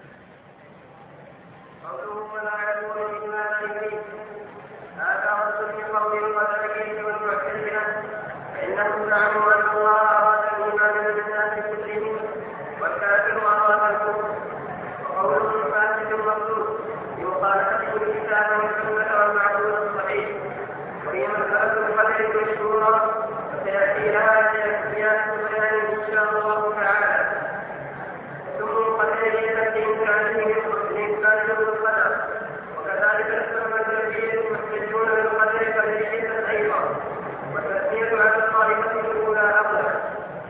قوله ولا يكون الإيمان إليه هذا رد في قول القدرية والمعتزلة، فإنهم زعموا أن الله أراد الإيمان بالناس كلهم والكافر أراد الكفر، وقولهم فاسد مردود بمخالفته الكتاب والسنة والمعقول الصحيح، وهي مسألة القدر مشهورة وسيأتي لها زيادة بيان إن شاء الله تعالى. ثم القدرية بإمكانهم الإنسان بالقدر، وكذلك ثم الذين يحتجون بالقدر قدرية أيضا، والتسمية على الطائفة الأولى أقل.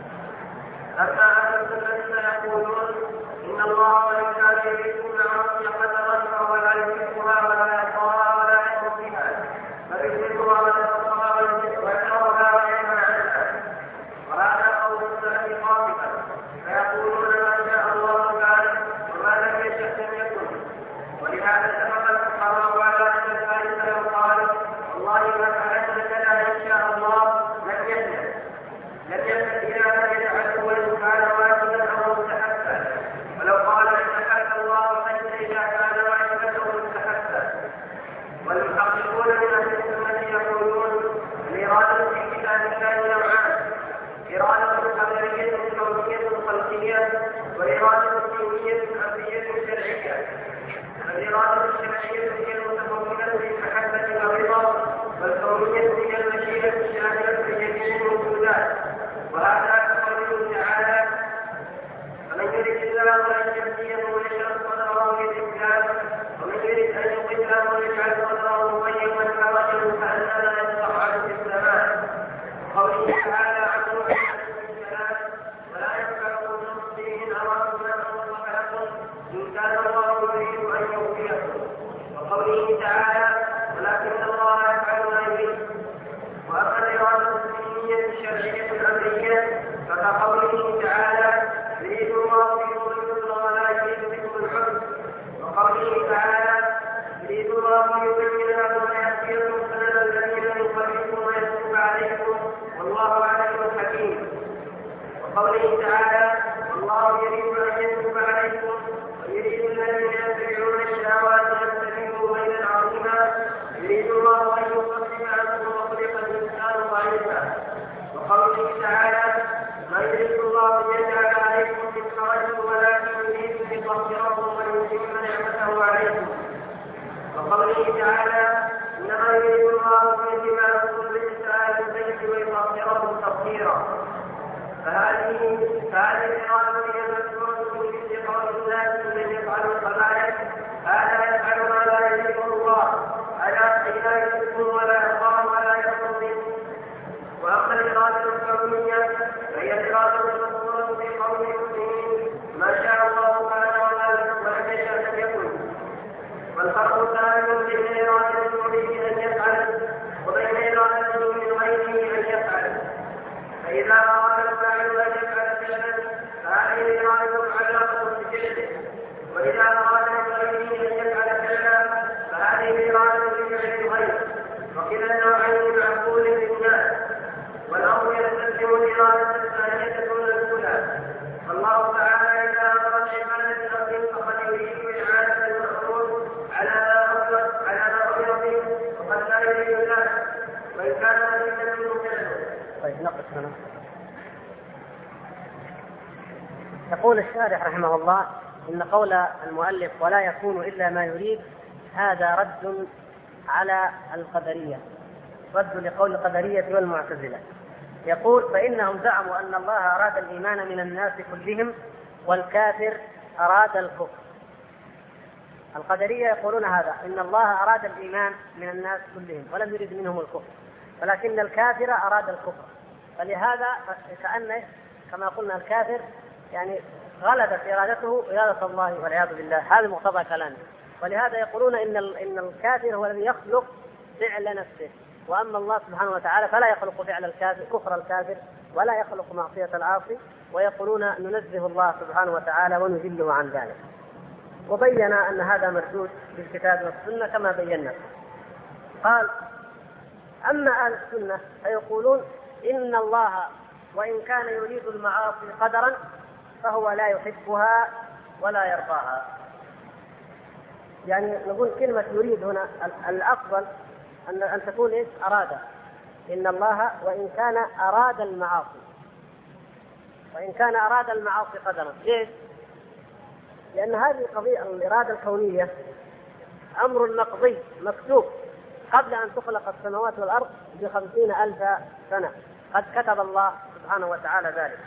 أما أهل السنة يقولون إن الله وإن كان يريدون معاصي قدرا فهو لا يحبها ولا يرضاها ولا يأمر بها، بل يحبها ويرضاها ويكرهها وينهى عنها. وهذا قول السلف قاطبا، فيقولون ما شاء الله كان وما لم يشأ لم يكن. ولهذا اتفق الفقهاء على أن الفارس لو قال والله ما فعلت كذا إن شاء الله لم يحدث لم يحدث إلى أن يفعله وإن كان واجبا أو مستحبا، ولو قال استحق الله فإن إذا كان واجبا أو مستحبا. والمحققون من أهل السنة يقولون الإرادة في كتاب الله نوعان: إرادة قدرية كونية خلقية، وإرادة دينية أمرية شرعية. الإرادة الشرعية هي المتضمنة للمحبة والرضا، والكونية هي المشيئة الشاملة لجميع الموجودات. وهذا قوله تعالى: فمن يرد الله أن يهديه ويجعل صدره للإسلام، ومن يرد أن يضله ويجعل صدره ضيقا حرجا كأنما يصعد في السماء. قوله تعالى عنه ولا ينفعكم نصحي إن أردتم أن أنصح لكم إن كان الله يريد أن يغفركم. وقوله تعالى ولكن الله يفعل ما يريد. وأما الإرادة الدينية الشرعية الأمرية فكقوله تعالى يريد الله بكم اليسر ولا يريد بكم العسر. وقوله تعالى والله عليم حكيم. وقوله تعالى الله يريد أن يتوب عليكم ويريد الذين يتبعون الشهوات أن تميلوا ميلا عظيما يريد الله أن يخفف عنكم وخلق الإنسان ضعيفا. وقوله تعالى ما يريد الله أن يجعل عليكم من حرج ولكن يريد ليطهركم ويتم نعمته عليكم. وقوله تعالى إنما يريد الله أن يجعل عنكم الرجس أهل البيت ويطهركم تطهيرا. فهذه فهذه الإرادة هي المذكورة في مثل قول الناس من يفعل الخبائث هذا يفعل ما لا يريده الله على لا يحب ولا يرضى ولا يرضى به. وأما الإرادة الكونية فهي الإرادة المذكورة في قول المسلمين ما شاء الله كان وما يشاء لم يكن. والفرق ثاني بين إرادة المريد أن يفعل وبين إرادته من غيره أن يفعل. فإذا أراد الفاعل أن يفعل فعلا فهذه الإرادة علاقة بفعله، وإذا أراد من غيره أن يفعل فعلا فهذه الإرادة بفعل الغير. وكلا النوعين معقول للناس، والأمر يستلزم الإرادة الثانية دون الأولى. والله تعالى إذا أمر العبادة بأمر فقد يريد إعادة المأمور على ما أمر على ما أمر به وقد لا يريد ذلك وإن كان مزيدا منه فعله. طيب نقص هنا. يقول الشارح رحمه الله إن قول المؤلف ولا يكون إلا ما يريد هذا رد على القدرية، رد لقول القدرية والمعتزلة. يقول فإنهم زعموا أن الله أراد الإيمان من الناس كلهم والكافر أراد الكفر. القدرية يقولون هذا، إن الله أراد الإيمان من الناس كلهم ولم يرد منهم الكفر، ولكن الكافر أراد الكفر. فلهذا كأنه كما قلنا الكافر يعني غلبت إرادته إرادة الله والعياذ بالله، هذا مقتضى كلامه. ولهذا يقولون إن إن الكافر هو الذي يخلق فعل نفسه، وأما الله سبحانه وتعالى فلا يخلق فعل الكافر كفر الكافر ولا يخلق معصية العاصي. ويقولون ننزه الله سبحانه وتعالى ونجله عن ذلك. وبين أن هذا مردود بالكتاب والسنة كما بينا. قال أما أهل السنة فيقولون إن الله وإن كان يريد المعاصي قدرا فهو لا يحبها ولا يرضاها. يعني نقول كلمة يريد هنا الأفضل أن أن تكون إيش؟ أراد. إن الله وإن كان أراد المعاصي وإن كان أراد المعاصي قدرا. ليش؟ لأن هذه القضية الإرادة الكونية أمر مقضي مكتوب قبل أن تخلق السماوات والأرض بخمسين ألف سنة، قد كتب الله سبحانه وتعالى ذلك.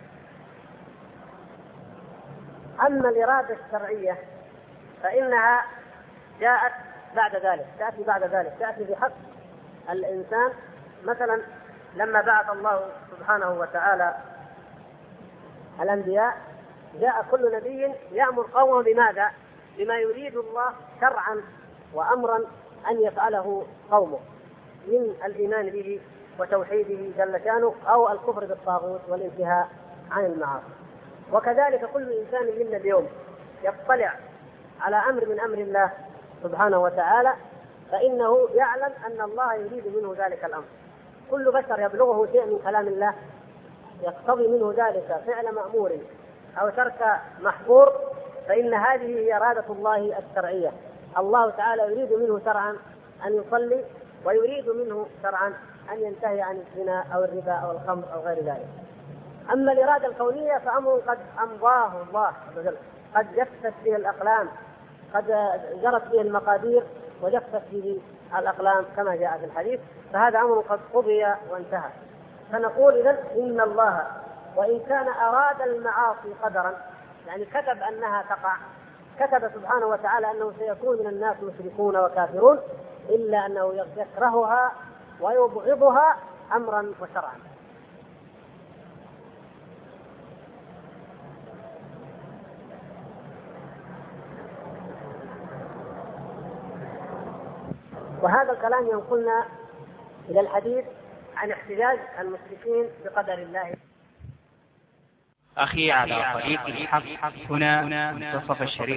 أما الإرادة الشرعية فإنها جاءت بعد ذلك، تأتي بعد ذلك، تأتي بحق الإنسان. مثلا لما بعث الله سبحانه وتعالى الأنبياء جاء كل نبي يأمر قومه بماذا؟ بما يريد الله شرعا وأمرا أن يفعله قومه من الإيمان به وتوحيده جل شانه أو الكفر بالطاغوت والانتهاء عن المعاصي. وكذلك كل إنسان منا اليوم يطلع على أمر من أمر الله سبحانه وتعالى فإنه يعلم أن الله يريد منه ذلك الأمر. كل بشر يبلغه شيء من كلام الله يقتضي منه ذلك فعل مأمور أو ترك محظور، فإن هذه هي إرادة الله الشرعية. الله تعالى يريد منه شرعا أن يصلي، ويريد منه شرعا أن ينتهي عن الزنا أو الربا أو الخمر أو غير ذلك. أما الإرادة الكونية فأمر قد أمضاه الله عز وجل، قد جفت به الأقلام، قد جرت به المقادير وجفت به الأقلام كما جاء في الحديث، فهذا أمر قد قضي وانتهى. فنقول إذن إن الله وإن كان أراد المعاصي قدرا، يعني كتب أنها تقع، كتب سبحانه وتعالى أنه سيكون من الناس مشركون وكافرون، إلا أنه يكرهها ويبغضها أمرا وشرعا. وهذا الكلام ينقلنا إلى الحديث عن احتجاج المشركين بقدر الله. أخي على طريق الحق هنا منتصف الشريف.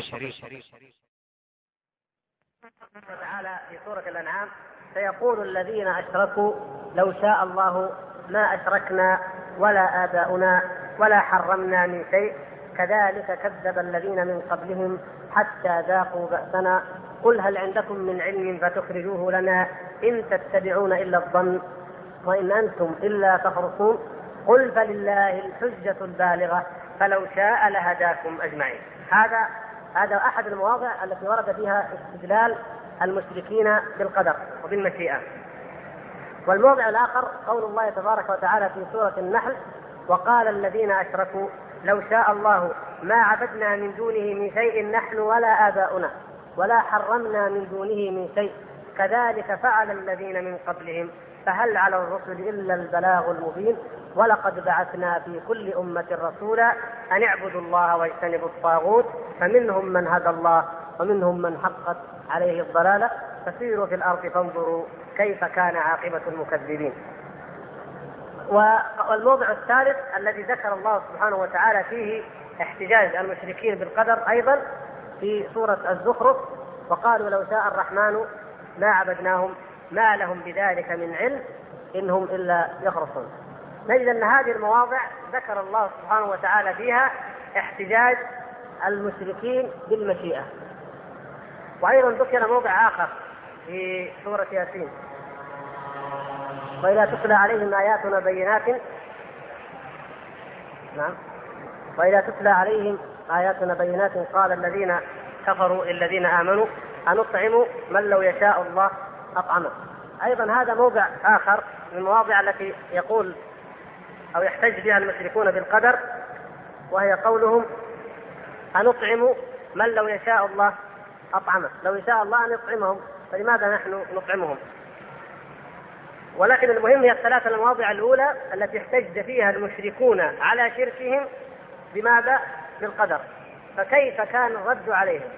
تعالى في سورة الأنعام سيقول الذين أشركوا لو شاء الله ما أشركنا ولا آباؤنا ولا حرمنا من شيء كذلك كذب الذين من قبلهم حتى ذاقوا بأسنا قل هل عندكم من علم فتخرجوه لنا إن تتبعون إلا الظن وإن أنتم إلا تخرصون قل فلله الحجة البالغة فلو شاء لهداكم أجمعين. هذا هذا أحد المواضع التي ورد فيها استدلال المشركين بالقدر وبالمشيئة. والموضع الآخر قول الله تبارك وتعالى في سورة النحل وقال الذين أشركوا لو شاء الله ما عبدنا من دونه من شيء نحن ولا آباؤنا ولا حرمنا من دونه من شيء كذلك فعل الذين من قبلهم فهل على الرسل إلا البلاغ المبين ولقد بعثنا في كل أمة رسولا أن اعبدوا الله واجتنبوا الطاغوت فمنهم من هدى الله ومنهم من حقت عليه الضلالة فسيروا في الأرض فانظروا كيف كان عاقبة المكذبين. والموضع الثالث الذي ذكر الله سبحانه وتعالى فيه احتجاج المشركين بالقدر أيضا في سورة الزخرف وقالوا لو شاء الرحمن ما عبدناهم ما لهم بذلك من علم إنهم إلا يخرصون. نجد أن هذه المواضع ذكر الله سبحانه وتعالى فيها احتجاج المشركين بالمشيئة. وأيضا ذكر موضع آخر في سورة ياسين وإذا تتلى عليهم آياتنا بينات نعم وإذا تتلى عليهم آياتنا بينات قال الذين كفروا للذين آمنوا أنطعم من لو يشاء الله أطعمه. أيضا هذا موضع آخر من المواضع التي يقول أو يحتج بها المشركون بالقدر وهي قولهم أنطعم من لو يشاء الله أطعمه. لو يشاء الله أن يطعمهم فلماذا نحن نطعمهم؟ ولكن المهم هي الثلاث المواضع الأولى التي احتج فيها المشركون على شركهم بماذا؟ بالقدر. فكيف كان الرد عليهم؟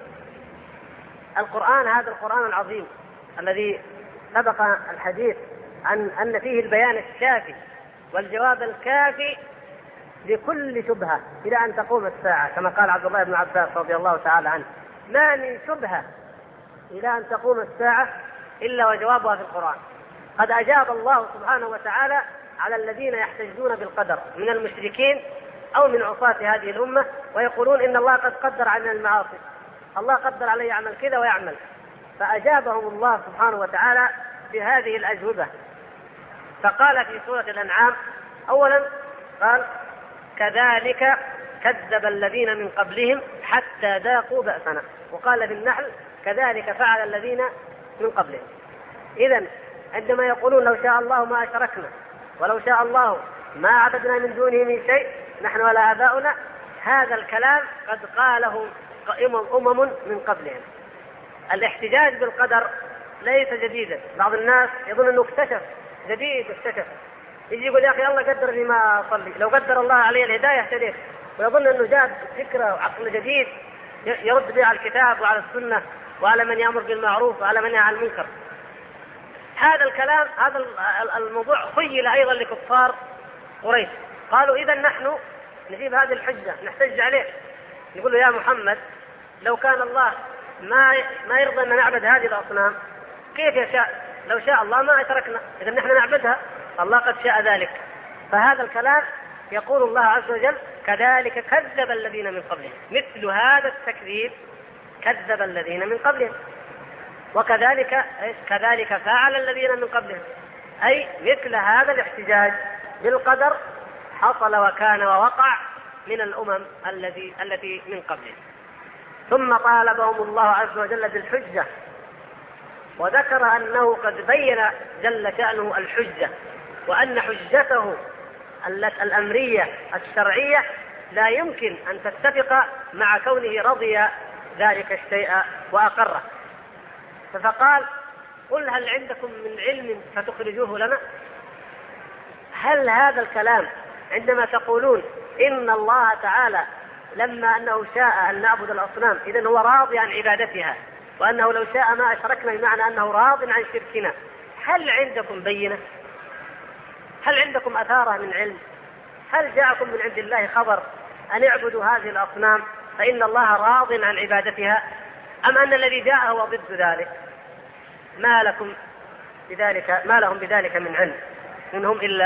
القرآن هذا القرآن العظيم الذي سبق الحديث عن أن فيه البيان الشافي والجواب الكافي لكل شبهة إلى أن تقوم الساعة كما قال عبد الله بن عباس رضي الله تعالى عنه ما من شبهة إلى أن تقوم الساعة إلا وجوابها في القرآن. قد أجاب الله سبحانه وتعالى على الذين يحتجون بالقدر من المشركين أو من عصاة هذه الأمة ويقولون إن الله قد قدر علينا المعاصي الله قدر عليه يعمل كذا ويعمل. فأجابهم الله سبحانه وتعالى بهذه الأجوبة. فقال في سورة الأنعام أولا قال كذلك كذب الذين من قبلهم حتى ذاقوا بأسنا. وقال في النحل كذلك فعل الذين من قبلهم. إذن عندما يقولون لو شاء الله ما أشركنا ولو شاء الله ما عبدنا من دونه من شيء نحن ولا آباؤنا هذا الكلام قد قاله أمم من قبلهم. الاحتجاج بالقدر ليس جديدا. بعض الناس يظن أنه اكتشف جديد اكتشف يجي يقول يا أخي الله قدر لي ما أصلي لو قدر الله علي الهداية اهتديت ويظن أنه جاء فكرة وعقل جديد يرد به على الكتاب وعلى السنة وعلى من يأمر بالمعروف وعلى من ينهى عن المنكر. هذا الكلام هذا الموضوع خيل أيضا لكفار قريش. قالوا إذا نحن نجيب هذه الحجة نحتج عليه نقول له يا محمد لو كان الله ما ما يرضى أن نعبد هذه الأصنام كيف يشاء؟ لو شاء الله ما أشركنا إذا نحن نعبدها الله قد شاء ذلك. فهذا الكلام يقول الله عز وجل كذلك كذب الذين من قبلهم مثل هذا التكذيب كذب الذين من قبلهم وكذلك كذلك فعل الذين من قبلهم أي مثل هذا الاحتجاج بالقدر حصل وكان ووقع من الأمم التي التي من قبلهم. ثم طالبهم الله عز وجل بالحجة وذكر أنه قد بين جل شأنه الحجة وأن حجته الأمرية الشرعية لا يمكن أن تتفق مع كونه رضي ذلك الشيء وأقره. فقال قل هل عندكم من علم فتخرجوه لنا. هل هذا الكلام عندما تقولون إن الله تعالى لما أنه شاء أن نعبد الأصنام إذن هو راضي عن عبادتها وأنه لو شاء ما أشركنا بمعنى أنه راض عن شركنا هل عندكم بينة؟ هل عندكم أثارة من علم؟ هل جاءكم من عند الله خبر أن اعبدوا هذه الأصنام فإن الله راض عن عبادتها أم أن الذي جاء هو ضد ذلك؟ ما لكم بذلك ما لهم بذلك من علم إنهم إلا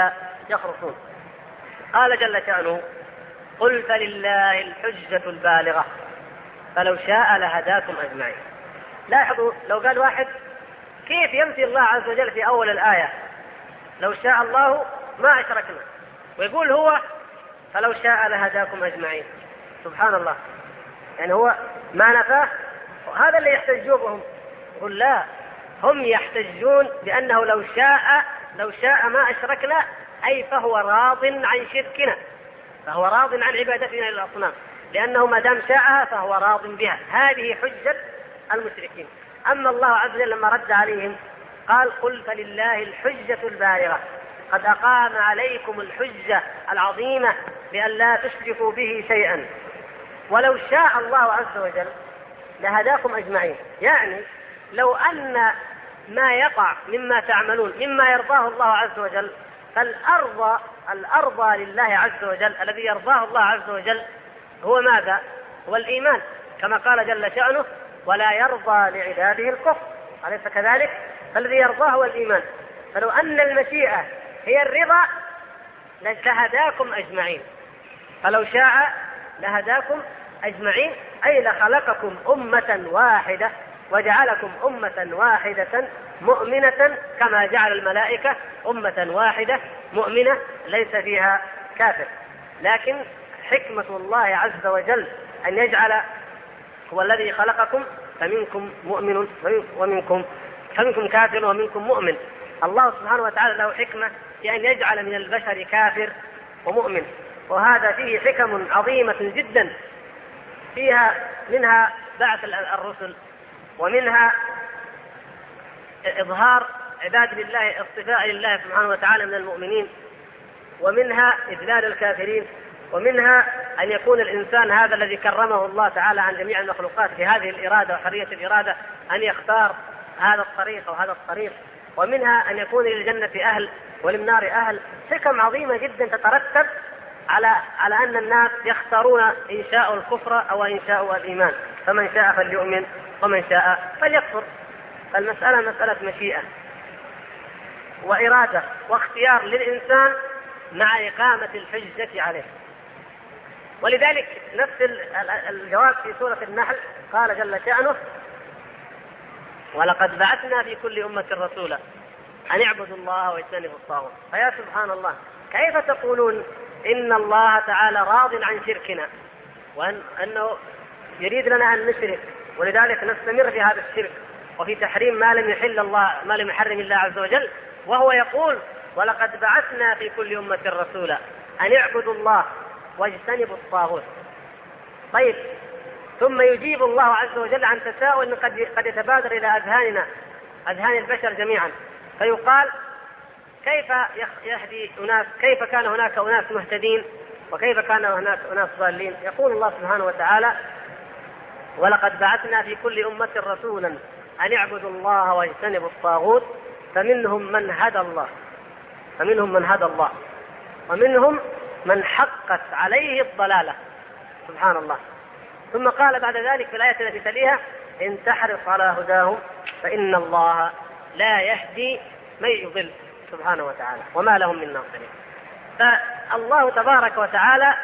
يخرصون. قال جل شأنه: قل فلله الحجة البالغة فلو شاء لهداكم أجمعين. لاحظوا لو قال واحد كيف يمثل الله عز وجل في أول الآية لو شاء الله ما أشركنا، ويقول هو فلو شاء لهداكم أجمعين. سبحان الله، يعني هو ما نفاه. هذا اللي يحتجون بهم. يقول لا، هم يحتجون بأنه لو شاء لو شاء ما أشركنا، أي فهو راض عن شركنا، فهو راض عن عبادتنا للأصنام، لأنه ما دام شاءها فهو راض بها. هذه حجة المشركين. أما الله عز وجل لما رد عليهم قال: قل فلله الحجة البالغة قد أقام عليكم الحجة العظيمة بأن لا تشركوا به شيئا ولو شاء الله عز وجل لهداكم أجمعين. يعني لو أن ما يقع مما تعملون مما يرضاه الله عز وجل، فالأرض الأرض لله عز وجل الذي يرضاه الله عز وجل هو ماذا؟ هو الإيمان، كما قال جل شأنه: ولا يرضى لعباده الكفر. أليس كذلك؟ فالذي يرضاه هو الإيمان. فلو أن المشيئة هي الرضا لهداكم أجمعين، فلو شاء لهداكم أجمعين، أي لخلقكم أمة واحدة وجعلكم أمة واحدة مؤمنة كما جعل الملائكة أمة واحدة مؤمنة ليس فيها كافر. لكن حكمة الله عز وجل أن يجعل هو الذي خلقكم فمنكم مؤمن ومنكم فمنكم كافر ومنكم مؤمن. الله سبحانه وتعالى له حكمة في أن يجعل من البشر كافر ومؤمن، وهذا فيه حكم عظيمة جدا، فيها منها بعث الرسل، ومنها إظهار عباد لله اصطفاء لله سبحانه وتعالى من المؤمنين، ومنها إذلال الكافرين، ومنها أن يكون الإنسان هذا الذي كرمه الله تعالى عن جميع المخلوقات بهذه الإرادة وحرية الإرادة أن يختار هذا الطريق أو هذا الطريق، ومنها أن يكون للجنة أهل وللنار أهل. حكم عظيمة جدا تترتب على على أن الناس يختارون إن شاءوا الكفر أو إن شاءوا الإيمان، فمن شاء فليؤمن ومن شاء فليكفر. فالمسألة مسألة مشيئة وإرادة واختيار للإنسان مع إقامة الحجة عليه. ولذلك نفس الجواب في سورة النحل قال جل شأنه: ولقد بعثنا في كل أمة رسولا أن اعبدوا الله واجتنبوا الطاغوت. فيا سبحان الله، كيف تقولون إن الله تعالى راض عن شركنا وأنه يريد لنا أن نشرك، ولذلك نستمر في هذا الشرك وفي تحريم ما لم يحل الله ما لم يحرم الله عز وجل، وهو يقول: ولقد بعثنا في كل أمة رسولا أن اعبدوا الله واجتنبوا الطاغوت. طيب، ثم يجيب الله عز وجل عن تساؤل قد قد يتبادر إلى أذهاننا أذهان البشر جميعا، فيقال: كيف يهدي أناس؟ كيف كان هناك أناس مهتدين وكيف كان هناك أناس ضالين؟ يقول الله سبحانه وتعالى: ولقد بعثنا في كل أمة رسولا أن اعبدوا الله واجتنبوا الطاغوت فمنهم من هدى الله فمنهم من هدى الله ومنهم من حقت عليه الضلالة. سبحان الله. ثم قال بعد ذلك في الآية التي تليها: إن تحرص على هداهم فإن الله لا يهدي من يضل. سبحانه وتعالى، وما لهم من ناصرين. فالله تبارك وتعالى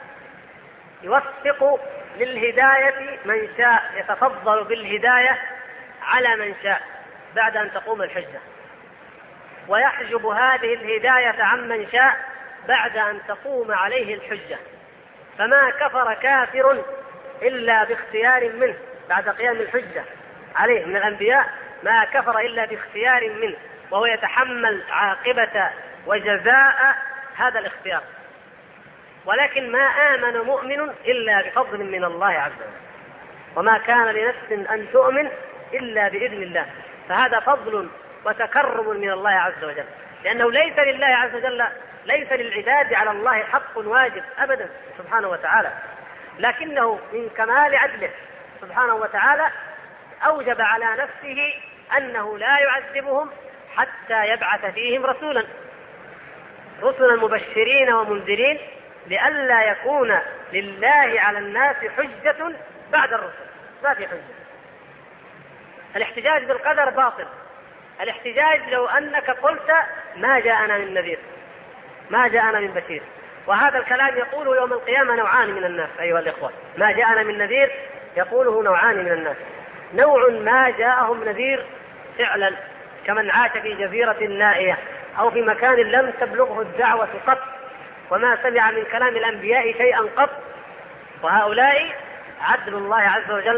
يوفق للهداية من شاء، يتفضل بالهداية على من شاء بعد أن تقوم الحجة، ويحجب هذه الهداية عن من شاء بعد أن تقوم عليه الحجة. فما كفر كافر إلا باختيار منه بعد قيام الحجة عليه من الأنبياء، ما كفر إلا باختيار منه، وهو يتحمل عاقبة وجزاء هذا الاختيار. ولكن ما آمن مؤمن إلا بفضل من الله عز وجل، وما كان لنفس أن تؤمن إلا بإذن الله. فهذا فضل وتكرم من الله عز وجل، لأنه ليس لله عز وجل ليس للعباد على الله حق واجب أبدا سبحانه وتعالى، لكنه من كمال عدله سبحانه وتعالى أوجب على نفسه أنه لا يعذبهم حتى يبعث فيهم رسولا رسلا مبشرين ومنذرين لئلا يكون لله على الناس حجة بعد الرسل. ما في حجة. الاحتجاج بالقدر باطل. الاحتجاج لو أنك قلت ما جاءنا من نذير، ما جاءنا من بشير. وهذا الكلام يقوله يوم القيامة نوعان من الناس أيها الإخوة، ما جاءنا من نذير يقوله نوعان من الناس. نوع ما جاءهم نذير فعلا كمن عاش في جزيرة نائية أو في مكان لم تبلغه الدعوة قط وما سمع من كلام الأنبياء شيئا قط، وهؤلاء عدل الله عز وجل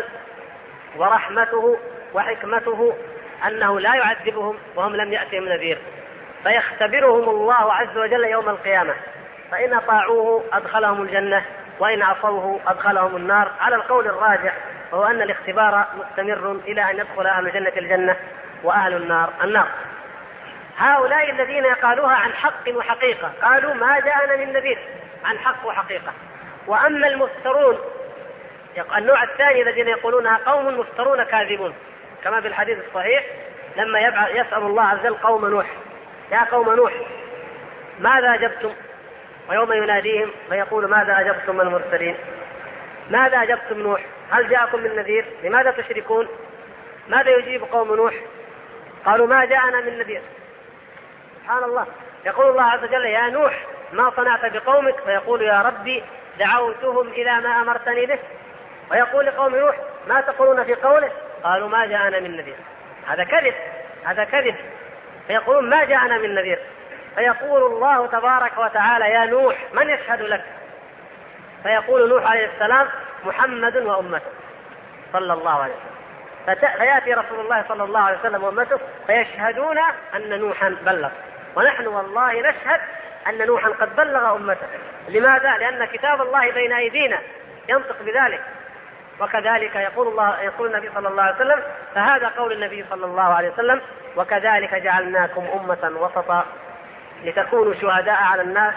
ورحمته وحكمته أنه لا يعذبهم وهم لم يأتهم نذير، فيختبرهم الله عز وجل يوم القيامة، فإن أطاعوه أدخلهم الجنة وإن عصوه أدخلهم النار، على القول الراجح وهو أن الاختبار مستمر إلى أن يدخل أهل الجنة الجنة وأهل النار النار. هؤلاء الذين يقالوها عن حق وحقيقة قالوا ما جاءنا من نذير عن حق وحقيقة. وأما المفترون النوع الثاني الذين يقولونها قوم مفترون كاذبون، كما في الحديث الصحيح لما يسأل الله عز وجل قوم نوح يا قوم نوح ماذا أجبتم، ويوم يناديهم فيقول ماذا أجبتم المرسلين، ماذا أجبتم نوح، هل جاءكم من نذير، لماذا تشركون، ماذا يجيب قوم نوح؟ قالوا ما جاءنا من نذير. سبحان الله، يقول الله عز وجل يا نوح ما صنعت بقومك، فيقول يا ربي دعوتهم إلى ما أمرتني به. ويقول لقوم نوح ما تقولون في قوله، قالوا ما جاءنا من نذير. هذا كذب، هذا كذب. فيقولون ما جاءنا من نذير، فيقول الله تبارك وتعالى يا نوح من يشهد لك؟ فيقول نوح عليه السلام محمد وأمته صلى الله عليه وسلم، فيأتي رسول الله صلى الله عليه وسلم وأمته فيشهدون أن نوحا بلغ، ونحن والله نشهد أن نوحا قد بلغ أمته. لماذا؟ لأن كتاب الله بين أيدينا ينطق بذلك. وكذلك يقول الله يقول النبي صلى الله عليه وسلم، فهذا قول النبي صلى الله عليه وسلم وكذلك جعلناكم أمة وسطا لتكونوا شهداء على الناس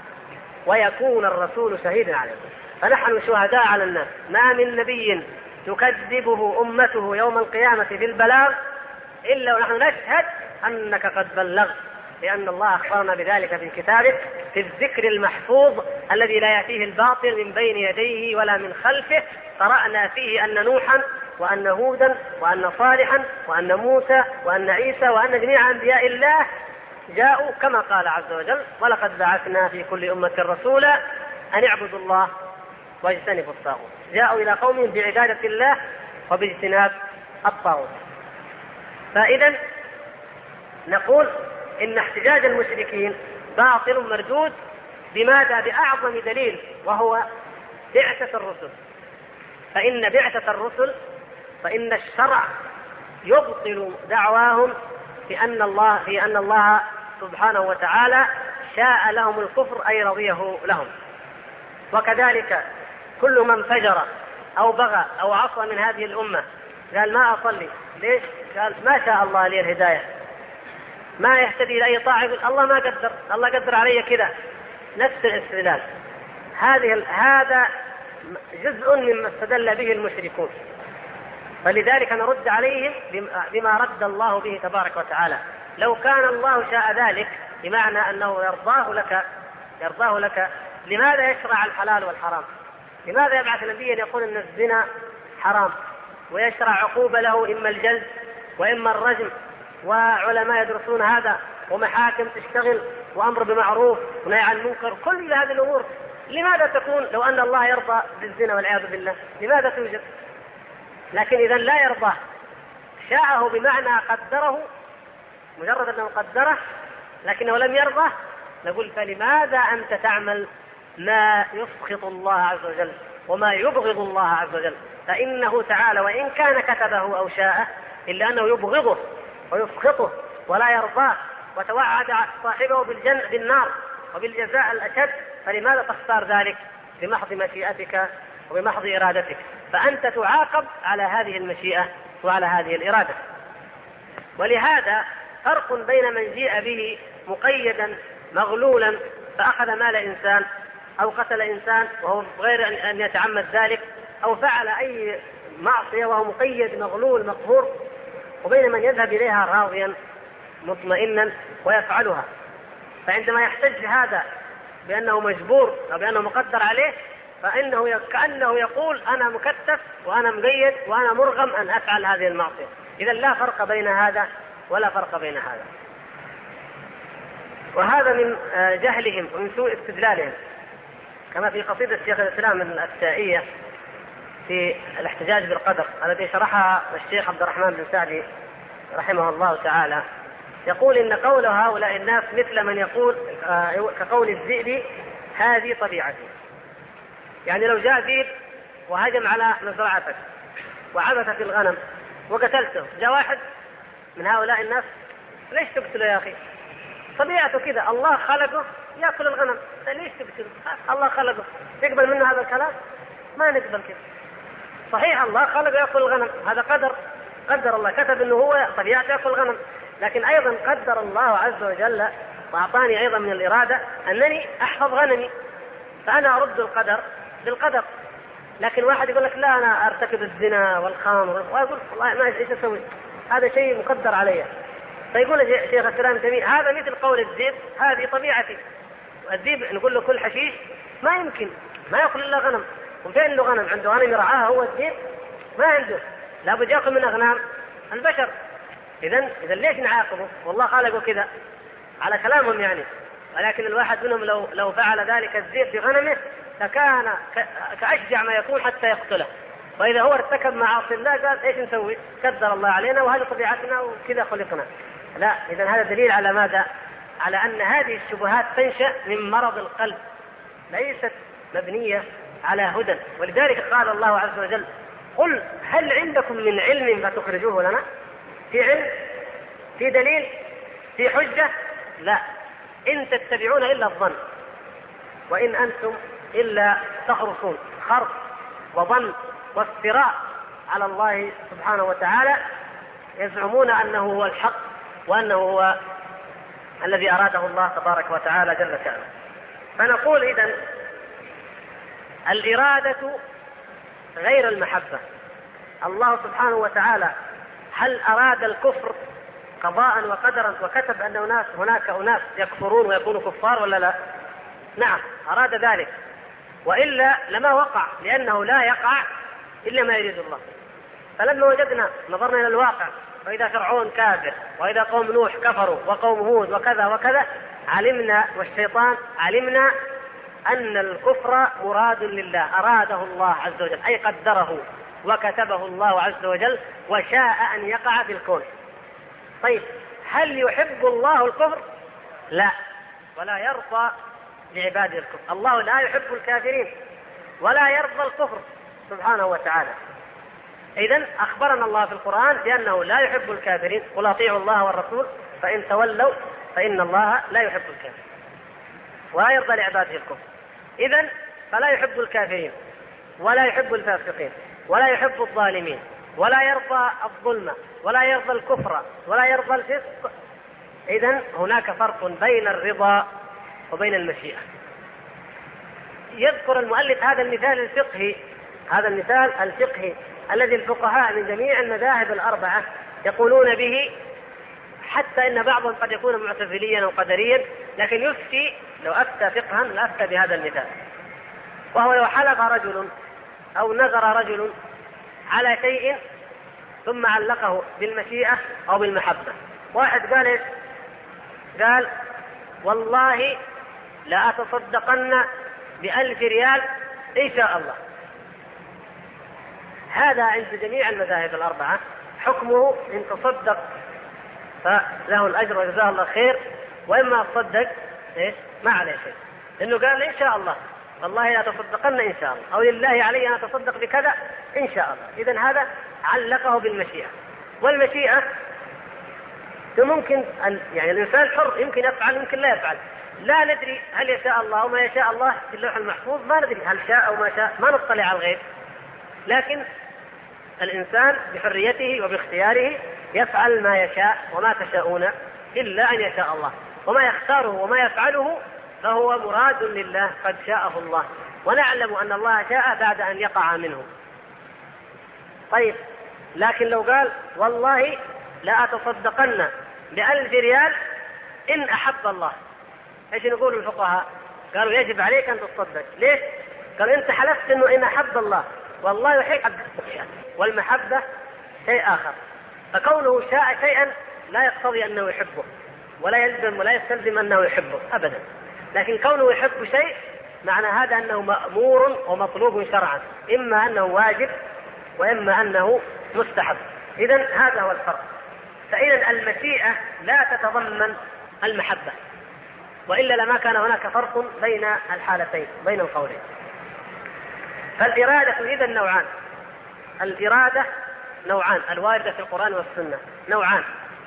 ويكون الرسول شهيدا عليكم. فنحن شهداء على الناس، ما من نبي تكذبه أمته يوم القيامة في البلاغ إلا ونحن نشهد أنك قد بلغت، لأن الله أخبرنا بذلك في كتابه في الذكر المحفوظ الذي لا يأتيه الباطل من بين يديه ولا من خلفه. قرأنا فيه أن نوحا وأن هودا وأن صالحا وأن موسى وأن عيسى وأن جميع أنبياء الله جاءوا كما قال عز وجل ولقد بعثنا في كل أمة رسولا أن اعبدوا الله واجتنبوا الطاغوت. جاءوا إلى قومهم بعبادة الله وباجتناب الطاغوت. فإذا نقول إن احتجاج المشركين باطل مردود. بماذا؟ بأعظم دليل وهو بعثة الرسل. فإن بعثة الرسل فإن الشرع يبطل دعواهم في أن الله في أن الله سبحانه وتعالى شاء لهم الكفر أي رضيه لهم. وكذلك كل من فجر أو بغى أو عصى من هذه الأمة قال ما أصلي ليش؟ قال ما شاء الله لي الهداية، ما يهتدي إلى أي طاعة، الله ما قدر، الله قدر علي كذا، نفس الاستدلال. هذه هذا جزء مما استدل به المشركون، فلذلك نرد عليهم بما رد الله به تبارك وتعالى. لو كان الله شاء ذلك بمعنى أنه يرضاه لك يرضاه لك لماذا يشرع الحلال والحرام؟ لماذا يبعث نبيا يقول أن الزنا حرام ويشرع عقوبة له إما الجلد وإما الرجم، وعلماء يدرسون هذا ومحاكم تشتغل وأمر بمعروف ونهي عن المنكر، كل هذه الأمور لماذا تكون لو أن الله يرضى بالزنا والعياذ بالله؟ لماذا توجد؟ لكن إذا لا يرضاه، شاءه بمعنى قدره، مجرد أنه قدره لكنه لم يرضى، نقول فلماذا أنت تعمل ما يسخط الله عز وجل وما يبغض الله عز وجل؟ فإنه تعالى وإن كان كتبه أو شاءه إلا أنه يبغضه ويسخطه ولا يرضاه، وتوعد صاحبه بالجنة بالنار وبالجزاء الأشد، فلماذا تختار ذلك بمحض مشيئتك وبمحض إرادتك؟ فأنت تعاقب على هذه المشيئة وعلى هذه الإرادة. ولهذا فرق بين من جيء به مقيدا مغلولا فأخذ مال إنسان أو قتل إنسان وهو غير أن يتعمد ذلك، أو فعل أي معصية وهو مقيد مغلول مقهور، وبين من يذهب إليها راضيا مطمئنا ويفعلها. فعندما يحتج هذا بأنه مجبور أو بأنه مقدر عليه، فإنه كأنه يقول أنا مكتف وأنا مقيد وأنا مرغم أن أفعل هذه المعصية. إذا لا فرق بين هذا ولا فرق بين هذا. وهذا من جهلهم ومن سوء استدلالهم، كما في قصيدة شيخ الإسلام الأفتائية في الاحتجاج بالقدر التي شرحها الشيخ عبد الرحمن بن سعدي رحمه الله تعالى، يقول إن قول هؤلاء الناس مثل من يقول كقول الذئب هذه طبيعتي. يعني لو جاء ذئب وهجم على مزرعتك وعبث في الغنم وقتلته، جاء واحد من هؤلاء الناس ليش تقتله يا أخي؟ طبيعته كذا، الله خلقه يأكل الغنم، ليش تقتله؟ الله خلقه، تقبل منه هذا الكلام؟ ما نقبل كذا. صحيح الله خلقه يأكل الغنم، هذا قدر، قدر الله، كتب انه هو طبيعته يأكل الغنم، لكن ايضا قدر الله عز وجل واعطاني ايضا من الإرادة انني احفظ غنمي، فانا ارد القدر بالقدر. لكن واحد يقول لك لا انا ارتكب الزنا والخمر، ويقول والله ما ايش اسوي، هذا شيء مقدر علي. فيقول شيخ الإسلام تيمية هذا مثل قول الذئب هذه طبيعتي. الذئب نقول له كل حشيش ما يمكن، ما يأكل الا غنم، وفين له غنم؟ عنده غنم يرعاها هو الذئب؟ ما عنده، لابد يأكل من أغنام البشر. إذن إذا ليش نعاقبه؟ والله خلقه كذا على كلامهم يعني. ولكن الواحد منهم لو لو فعل ذلك الذئب بغنمه لكان كأشجع ما يكون حتى يقتله. وإذا هو ارتكب معاصي الله قال ايش نسوي؟ قدر الله علينا وهذه طبيعتنا وكذا خلقنا. لا، إذن هذا دليل على ماذا؟ على أن هذه الشبهات تنشأ من مرض القلب، ليست مبنية على هدى. ولذلك قال الله عز وجل قل هل عندكم من علم فتخرجوه لنا؟ في علم؟ في دليل؟ في حجة؟ لا، إن تتبعون إلا الظن وإن أنتم إلا تخرصون. خرص وظن وافتراء على الله سبحانه وتعالى، يزعمون أنه هو الحق وأنه هو الذي أراده الله تبارك وتعالى جل شأنه. فنقول إذن الإرادة غير المحبة. الله سبحانه وتعالى هل أراد الكفر قضاء وقدرا وكتب أن أناس هناك أناس يكفرون ويكونوا كفار ولا لا؟ نعم أراد ذلك، وإلا لما وقع، لأنه لا يقع إلا ما يريد الله. فلما وجدنا نظرنا إلى الواقع وإذا فرعون كافر وإذا قوم نوح كفروا وقوم هود وكذا وكذا، علمنا والشيطان علمنا أن الكفر مراد لله، أراده الله عز وجل، أي قدره وكتبه الله عز وجل وشاء أن يقع في الكون. طيب هل يحب الله الكفر؟ لا، ولا يرضى لعباده الكفر. الله لا يحب الكافرين ولا يرضى الكفر سبحانه وتعالى. إذن أخبرنا الله في القرآن بأنه لا يحب الكافرين، قل أطيعوا الله والرسول فإن تولوا فإن الله لا يحب الكافرين ولا يرضى لعباده الكفر. إذن فلا يحب الكافرين ولا يحب الفاسقين ولا يحب الظالمين ولا يرضى الظلم ولا يرضى الكفر ولا يرضى الفسق. إذن هناك فرق بين الرضا وبين المشيئة. يذكر المؤلف هذا المثال الفقهي، هذا المثال الفقهي الذي الفقهاء من جميع المذاهب الأربعة يقولون به، حتى إن بعضهم قد يكون معتزليا أو قدريا، لكن يفتي لو أفتى فقها لأفتى بهذا المثال. وهو لو حلف رجل أو نذر رجل على شيء ثم علقه بالمشيئة أو بالمحبة. واحد قال إيش؟ قال والله لا أتصدقن بألف ريال إن شاء الله. هذا عند جميع المذاهب الأربعة حكمه إن تصدق فله الأجر وجزاه الله خير، وإما تصدق إيش ما عليه شيء، لأنه قال إن شاء الله، والله لا تصدقن إن شاء الله، أو لله علي أن أتصدق بكذا إن شاء الله. إذن هذا علقه بالمشيئة. والمشيئة ممكن أن يعني الإنسان حر، يمكن يفعل يمكن لا يفعل، لا ندري هل يشاء الله أو ما يشاء الله في اللوح المحفوظ، ما ندري هل شاء أو ما شاء، ما نطلع على الغيب. لكن الإنسان بحريته وباختياره يفعل ما يشاء، وما تشاءون إلا أن يشاء الله، وما يختاره وما يفعله فهو مراد لله قد شاءه الله، ونعلم أن الله شاء بعد أن يقع منه. طيب لكن لو قال والله لا أتصدقن بألف ريال إن أحب الله، إيش نقول الفقهاء؟ قالوا يجب عليك أن تصدق. ليش؟ قال أنت حلفت أنه إن أحب الله، والله يحب والمحبة شيء آخر، فكونه شاء شيئا لا يقتضي أنه يحبه. ولا يلزم ولا يستلزم أنه يحبه أبدا، لكن كونه يحب شيء معنى هذا أنه مأمور ومطلوب شرعا، إما أنه واجب وإما أنه مستحب. إذن هذا هو الفرق. فإذا المشيئة لا تتضمن المحبة، وإلا لما كان هناك فرق بين الحالتين بين القولين. فالإرادة إذن نوعان، الإرادة نوعان الواردة في القرآن والسنة نوعان: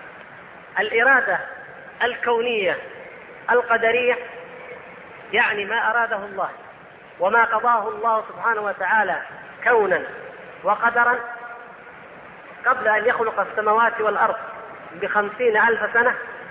الإرادة الكونية القدرية، يعني ما أراده الله وما قضاه الله سبحانه وتعالى كونا وقدرا قبل أن يخلق السماوات والأرض بخمسين ألف سنة،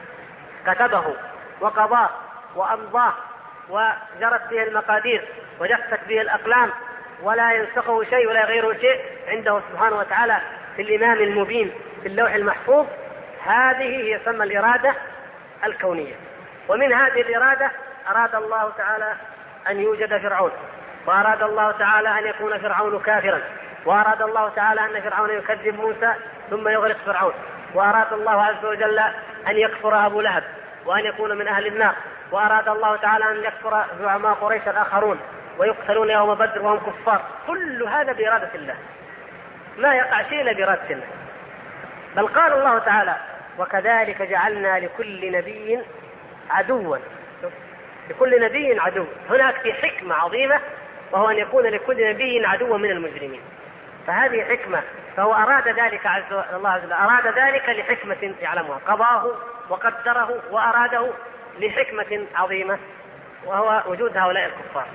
كتبه وقضاه وأمضاه وجرت به المقادير وجفت به الأقلام، ولا ينسخه شيء ولا يغيره شيء عنده سبحانه وتعالى في الإمام المبين في اللوح المحفوظ. هذه هي تسمى الإرادة الكونية. ومن هذه الإرادة أراد الله تعالى أن يوجد فرعون، وأراد الله تعالى أن يكون فرعون كافرا، وأراد الله تعالى أن فرعون يكذب موسى ثم يغرق فرعون، وأراد الله عز وجل أن يكفر أبو لهب وأن يكون من أهل النار، وأراد الله تعالى أن يكفر زعماء قريش الآخرون ويقتلون يوم بدر وهم كفار. كل هذا بإرادة الله، ما يقع شيء إلا بإرادة الله. بل قال الله تعالى: وكذلك جعلنا لكل نبي عدوا. لكل نبي عدو، هناك في حكمة عظيمة، وهو أن يكون لكل نبي عدوا من المجرمين. فهذه حكمة، فهو أراد ذلك عز وجل، الله عز وجل أراد ذلك لحكمة يعلمها، قضاه وقدره وأراده لحكمة عظيمة، وهو وجود هؤلاء الكفار.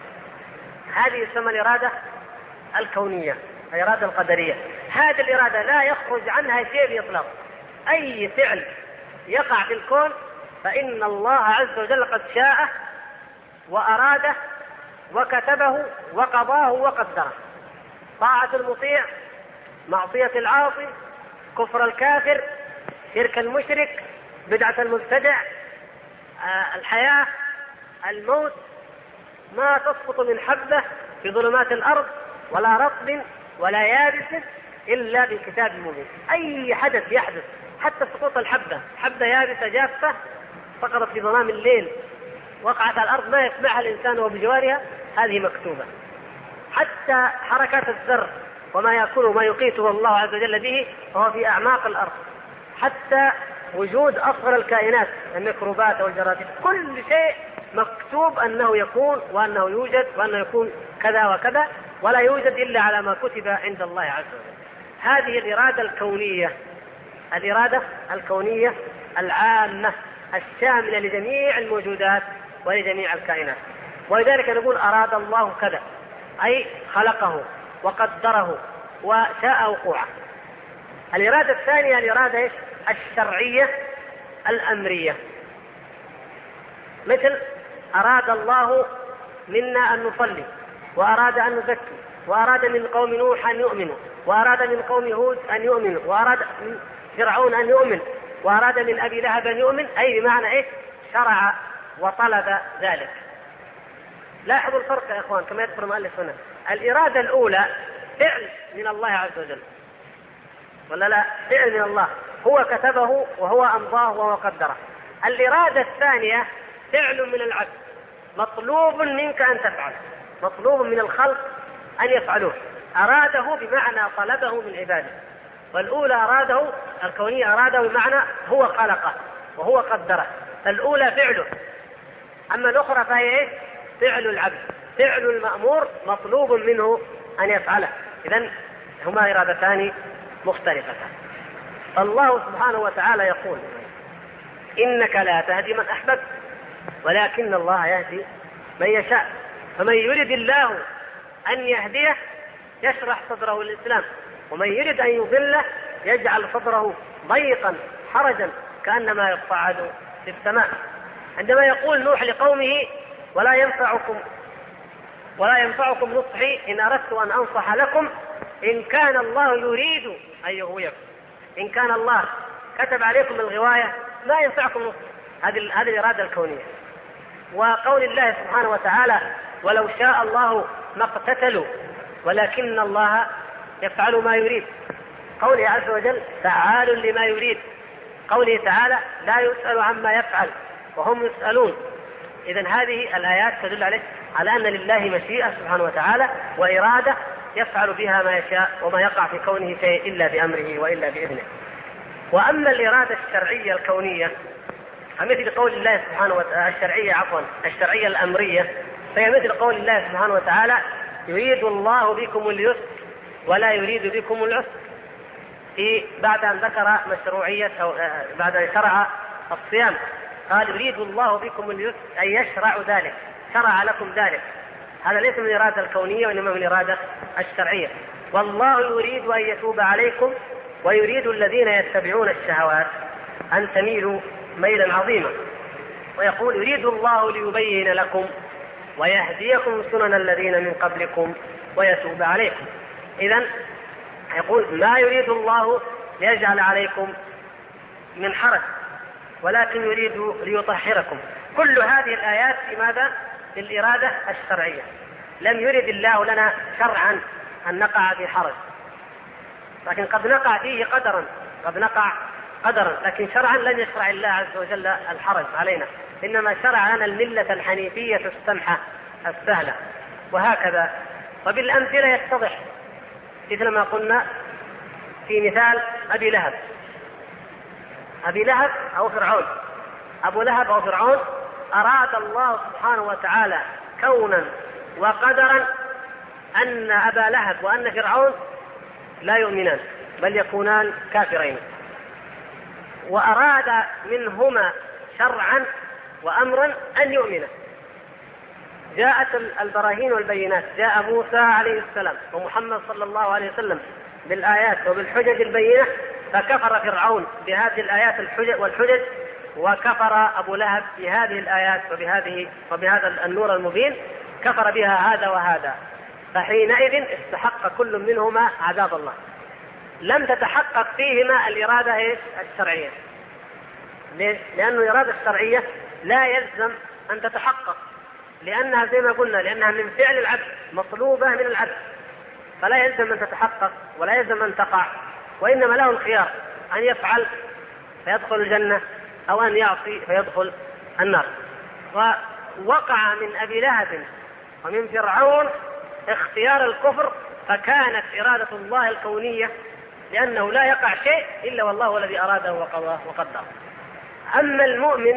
هذه تسمى الإرادة الكونية، الإرادة القدرية. هذه الإرادة لا يخرج عنها شيء بإطلاق. أي فعل يقع في الكون فإن الله عز وجل قد شاءه وأراده وكتبه وقضاه وقدره. طاعة المطيع، معصية العاصي، كفر الكافر، شرك المشرك، بدعة المبتدع، آه الحياة، الموت، ما تسقط من حبة في ظلمات الأرض ولا رطب ولا يابس إلا بكتاب مبين. أي حدث يحدث، حتى سقوط الحبة، حبة يابسة جافة سقطت في ظلام الليل وقعت على الأرض ما يسمعها الإنسان وبجوارها، هذه مكتوبة. حتى حركات الذر وما يأكله وما يقيته الله عز وجل به وهو في أعماق الأرض، حتى وجود أصغر الكائنات الميكروبات والجراثيم، كل شيء مكتوب أنه يكون وأنه يوجد وأنه يكون كذا وكذا، ولا يوجد إلا على ما كتب عند الله عز وجل. هذه الإرادة الكونية، الإرادة الكونية العامة الشاملة لجميع الموجودات ولجميع الكائنات. ولذلك نقول أراد الله كذا، أي خلقه وقدره وشاء وقوعه. الإرادة الثانية الإرادة الشرعية الأمرية، مثل أراد الله منا أن نصلي، وأراد أن نزكي، وأراد من قوم نوح أن يؤمنوا، وأراد من قوم هود أن يؤمنوا، وأراد من فرعون أن يؤمن، وأراد من أبي لهب أن يؤمن، أي بمعنى إيه؟ شرع وطلب ذلك. لاحظوا الفرق يا إخوان كما يذكر المؤلف هنا. الإرادة الأولى فعل من الله عز وجل، ولا لا؟ فعل من الله، هو كتبه وهو أمضاه وهو قدره. الإرادة الثانية فعل من العبد، مطلوب منك أن تفعل، مطلوب من الخلق أن يفعلوه. أراده بمعنى طلبه من عباده. والأولى أراده الكونية أراده بمعنى هو خلقه وهو قدره، الأولى فعله. أما الأخرى فهي إيه؟ فعل العبد، فعل المأمور مطلوب منه أن يفعله. إذن هما إرادتان مختلفتان. الله سبحانه وتعالى يقول: إنك لا تهدي من أحببت ولكن الله يهدي من يشاء، فمن يرد الله أن يهديه يشرح صدره للإسلام، ومن يرد أن يضله يجعل صدره ضيقا حرجا كأنما يصعد في السماء. عندما يقول نوح لقومه: ولا ينفعكم ولا ينفعكم نصحي إن أردت أن أنصح لكم إن كان الله يريد أن يغويكم، إن كان الله كتب عليكم الغواية لا ينفعكم نصحي. هذه هذه الإرادة الكونية. وقول الله سبحانه وتعالى: ولو شاء الله ما اقتتلوا ولكن الله يفعل ما يريد. قوله عز وجل: فعال لما يريد. قوله تعالى لا يسأل عما يفعل وهم يسألون. إذن هذه الآيات تدل عليه على أن لله مشيئة سبحانه وتعالى وإرادة يفعل بها ما يشاء، وما يقع في كونه شيء إلا بأمره وإلا بإذنه. وأما الإرادة الشرعية الكونية مثل قول الله سبحانه وتعالى الشرعية عفوا الشرعية الأمرية، فهي مثل قول الله سبحانه وتعالى يريد الله بكم اليسر ولا يريد بكم العسر، في بعد أن ذكر مشروعية أو بعد أن شرع الصيام قال يريد الله بكم اليسر أي يشرع ذلك، شرع لكم ذلك. هذا ليس من الإرادة الكونية وإنما من الإرادة الشرعية. والله يريد أن يتوب عليكم ويريد الذين يتبعون الشهوات أن تميلوا ميلا عظيما. ويقول يريد الله ليبين لكم ويهديكم سنن الذين من قبلكم ويتوب عليكم. إذن يقول ما يريد الله ليجعل عليكم من حرج ولكن يريد ليطهركم. كل هذه الآيات لماذا؟ للإرادة الشرعية. لم يرد الله لنا شرعا أن نقع في حرج، لكن قد نقع فيه قدرا قد نقع قدرا لكن شرعا لن يشرع الله عز وجل الحرج علينا، إنما شرع لنا الملة الحنيفية السمحة السهلة. وهكذا وبالأمثلة يتضح، مثل ما قلنا في مثال أبي لهب أبي لهب أو فرعون. أبو لهب أو فرعون أراد الله سبحانه وتعالى كونا وقدرا أن أبا لهب وأن فرعون لا يؤمنان بل يكونان كافرين، وأراد منهما شرعا وأمرا أن يؤمنا. جاءت البراهين والبينات، جاء موسى عليه السلام ومحمد صلى الله عليه وسلم بالآيات وبالحجج البينة، فكفر فرعون بهذه الآيات والحجج، وكفر أبو لهب بهذه الآيات وبهذه وبهذا النور المبين، كفر بها هذا وهذا. فحينئذ استحق كل منهما عذاب الله. لم تتحقق فيهما الإرادة الشرعية. ليه؟ لأن الإرادة الشرعية لا يلزم أن تتحقق، لأنها زي ما قلنا لأنها من فعل العبد، مطلوبة من العبد، فلا يلزم أن تتحقق ولا يلزم أن تقع، وإنما له الخيار أن يفعل فيدخل الجنة أو أن يعصي فيدخل النار. ووقع من أبي لهب ومن فرعون اختيار الكفر، فكانت إرادة الله الكونية، لأنه لا يقع شيء إلا والله هو الذي أراده وقضاه وقدره. أما المؤمن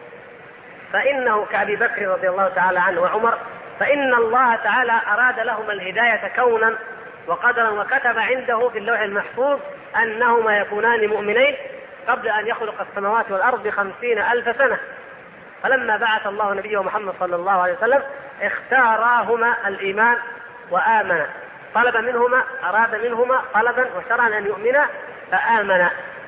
فإنه كأبي بكر رضي الله تعالى عنه وعمر، فإن الله تعالى أراد لهما الهداية كونا وقدرا، وكتب عنده في اللوح المحفوظ أنهما يكونان مؤمنين قبل أن يخلق السماوات والأرض بخمسين ألف سنة. فلما بعث الله نبيه محمد صلى الله عليه وسلم اختاراهما الإيمان وآمنا، طلب منهما أراد منهما طلبا وشرعا أن يؤمنا فآمنا.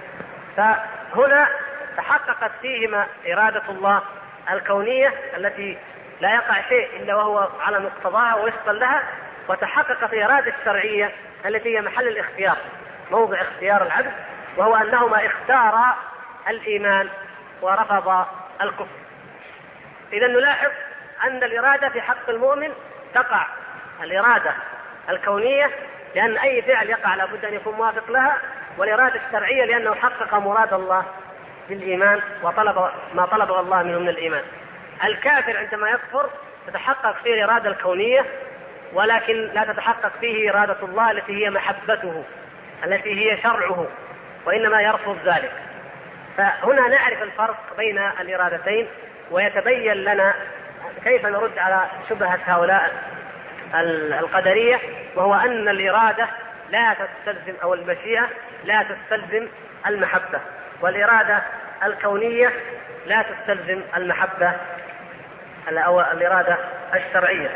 فهنا تحققت فيهما إرادة الله الكونية التي لا يقع شيء إلا وهو على مقتضاها ووفقا لها، وتحققت الإرادة الشرعية التي هي محل الاختيار، موضع اختيار العبد، وهو أنهما اختارا الإيمان ورفض الكفر. إذا نلاحظ أن الإرادة في حق المؤمن تقع الإرادة الكونية، لأن أي فعل يقع لابد أن يكون موافق لها، والإرادة الشرعية لأنه حقق مراد الله بالإيمان وطلب ما طلبه الله منه من الإيمان. الكافر عندما يكفر تتحقق فيه الإرادة الكونية، ولكن لا تتحقق فيه إرادة الله التي هي محبته التي هي شرعه، وإنما يرفض ذلك. فهنا نعرف الفرق بين الإرادتين، ويتبين لنا كيف نرد على شبهة هؤلاء القدرية، وهو أن الإرادة لا تستلزم أو المشيئة لا تستلزم المحبة، والإرادة الكونية لا تستلزم المحبة أو الإرادة الشرعية.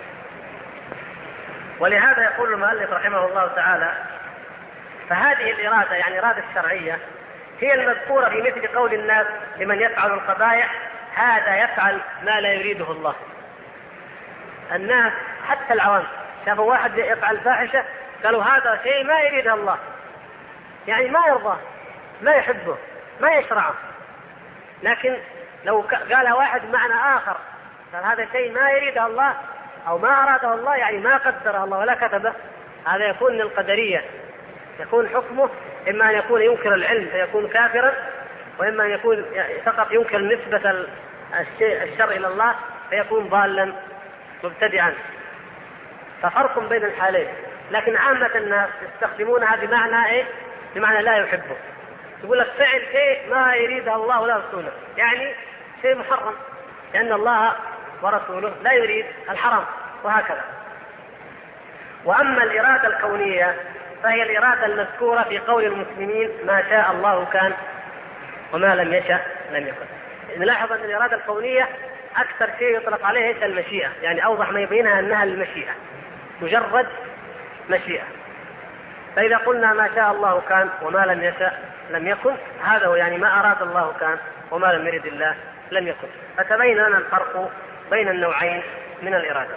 ولهذا يقول المؤلف رحمه الله تعالى: فهذه الإرادة يعني الإرادة الشرعية هي المذكورة في مثل قول الناس لمن يفعل القبائح هذا يفعل ما لا يريده الله. الناس حتى العوام شافوا واحد يفعل فاحشة قالوا هذا شيء ما يريده الله، يعني ما يرضاه ما يحبه ما يشرعه. لكن لو قال واحد معنى آخر قال هذا شيء ما يريده الله أو ما أراده الله، يعني ما قدره الله ولا كتبه، هذا يكون من القدرية، يكون حكمه إما أن يكون ينكر العلم فيكون كافرا، وإما أن يكون فقط ينكر نسبة الشيء الشر إلى الله فيكون ضالا مبتدعا. ففرق بين الحالين. لكن عامة الناس يستخدمونها بمعنى إيه؟ بمعنى لا يحبه. يقول لك فعل شيء ما يريده الله ولا رسوله، يعني شيء محرم، لأن الله ورسوله لا يريد الحرام، وهكذا. وأما الإرادة الكونية فهي الإرادة المذكورة في قول المسلمين ما شاء الله كان وما لم يشأ لم يكن. نلاحظ أن الإرادة الكونية أكثر شيء يطلق عليه المشيئة، يعني أوضح ما يبينها أنها المشيئة، مجرد مشيئة. فإذا قلنا ما شاء الله كان وما لم يشأ لم يكن، هذا هو يعني ما أراد الله كان وما لم يرد الله لم يكن. فتبين لنا الفرق بين النوعين من الإرادة.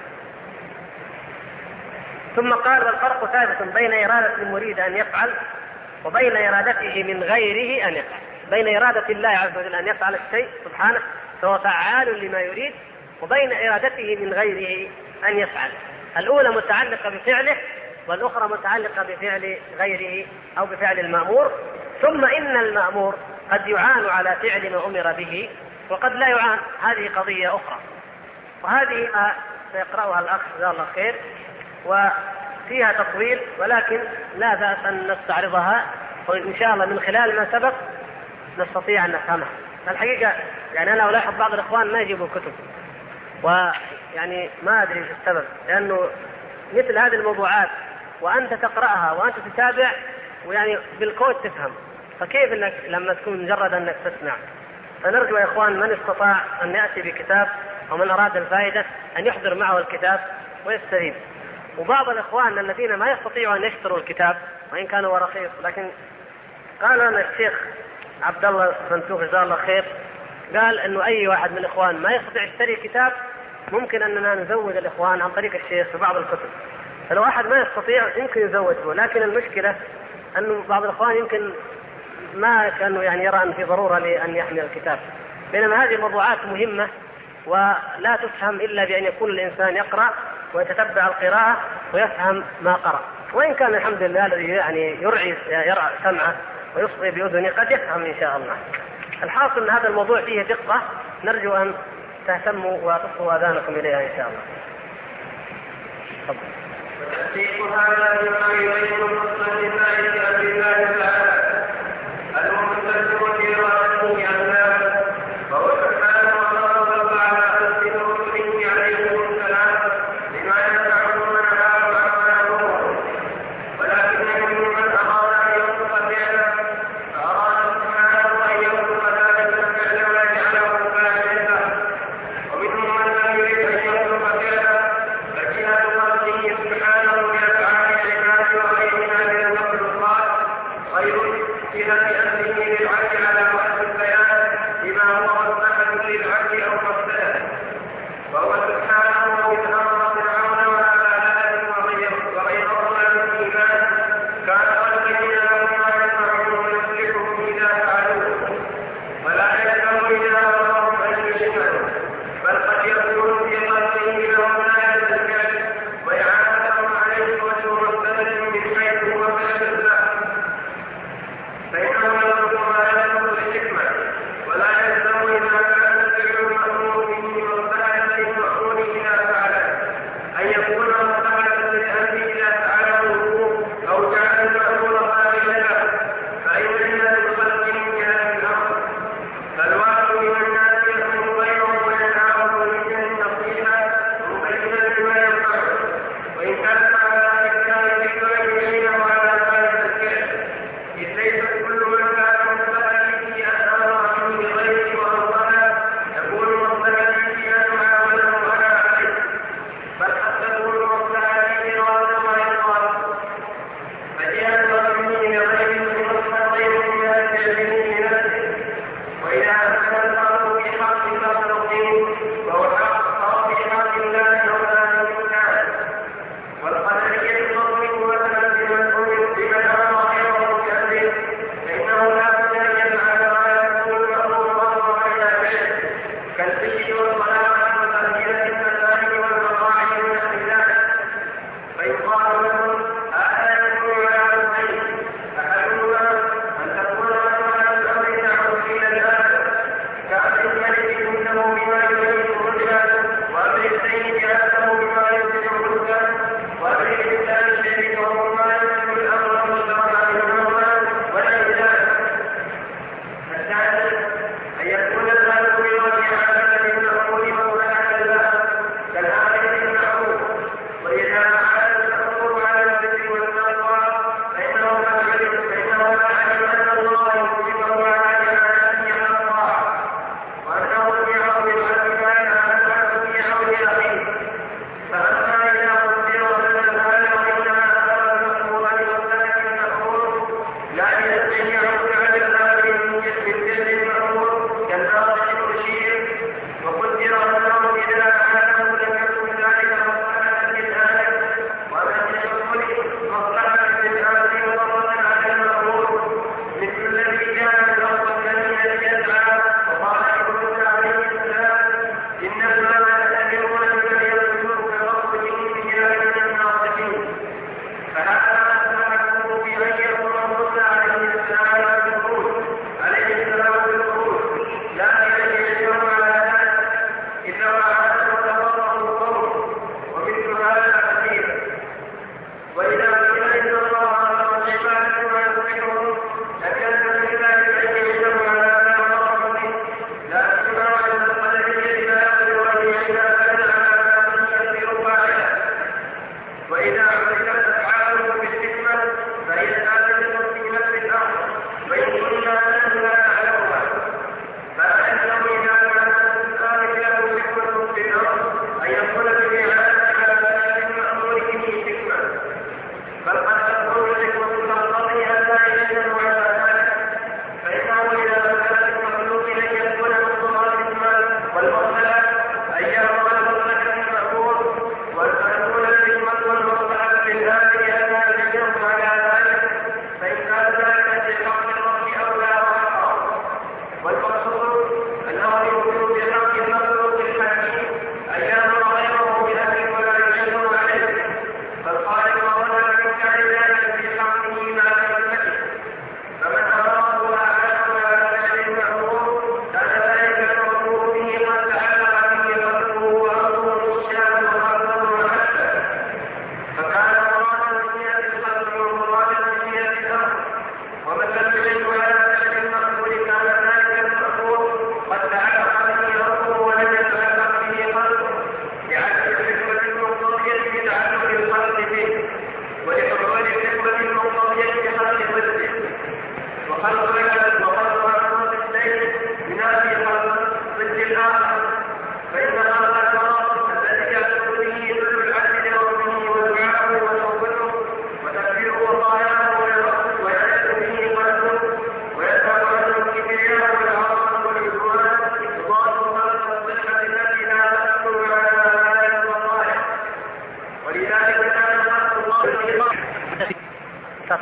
ثم قال والفرق ثابت بين إرادة المريد أن يفعل وبين إرادته من غيره أن يفعل. بين إرادة الله عز وجل أن يفعل الشيء سبحانه فهو فعال لما يريد، وبين إرادته من غيره أن يفعل. الأولى متعلقة بفعله والأخرى متعلقة بفعل غيره أو بفعل المأمور. ثم إن المأمور قد يعان على فعل ما أمر به وقد لا يعان، هذه قضية أخرى، وهذه ما سيقرأها الأخ جزاه الله خير، وفيها تطويل ولكن لا بأس أن نستعرضها، وإن شاء الله من خلال ما سبق نستطيع أن نفهمها. الحقيقة يعني أنا ألاحظ بعض الإخوان ما يجيبوا كتب، ويعني ما أدري ايش السبب، لأنه مثل هذه الموضوعات وأنت تقرأها وأنت تتابع ويعني بالكود تفهم، فكيف انك لما تكون مجرد انك تسمع؟ فنرجو يا اخوان من استطاع ان ياتي بكتاب ومن اراد الفائده ان يحضر معه الكتاب ويستفيد. وبعض الاخوان الذين ما يستطيعوا ان يشتروا الكتاب وان كان هو رخيص، لكن قال لنا الشيخ عبد الله فنتوخ جزاه الله خير قال انه اي واحد من الاخوان ما يستطيع يشتري كتاب ممكن اننا نزود الاخوان عن طريق الشيخ في بعض الكتب. فلو احد ما يستطيع يمكن يزوده، لكن المشكله انه بعض الاخوان يمكن ما كانوا يعني يرى ان في ضروره لان يحمل الكتاب، بينما هذه موضوعات مهمه ولا تفهم الا بان يكون الانسان يقرا ويتتبع القراءه ويفهم ما قرأ. وان كان الحمد لله الذي يعني يرعي يرعى سمعه ويصغي باذنه قد يفهم ان شاء الله. الحاصل ان هذا الموضوع فيه دقه، نرجو ان تهتموا وتصغوا اذانكم اليها ان شاء الله. تفضل. وتحقيق هذا بما يبين الفصل لله بأمر الله تعالى المستلزم لإرادته أنه فهو سبحانه وتعالى على ألسن رسله عليهم السلام بما ينفعهم ونهاهم عما يضرهم، ولكن منهم من أراد أن يوصف فعله فأراد سبحانه أن يوصف ذلك الفعل ويجعله فاعلا، ومنهم من لم يرد أن يوصف فعله فجهة قصده سبحانه بأفعال العباد وغيرها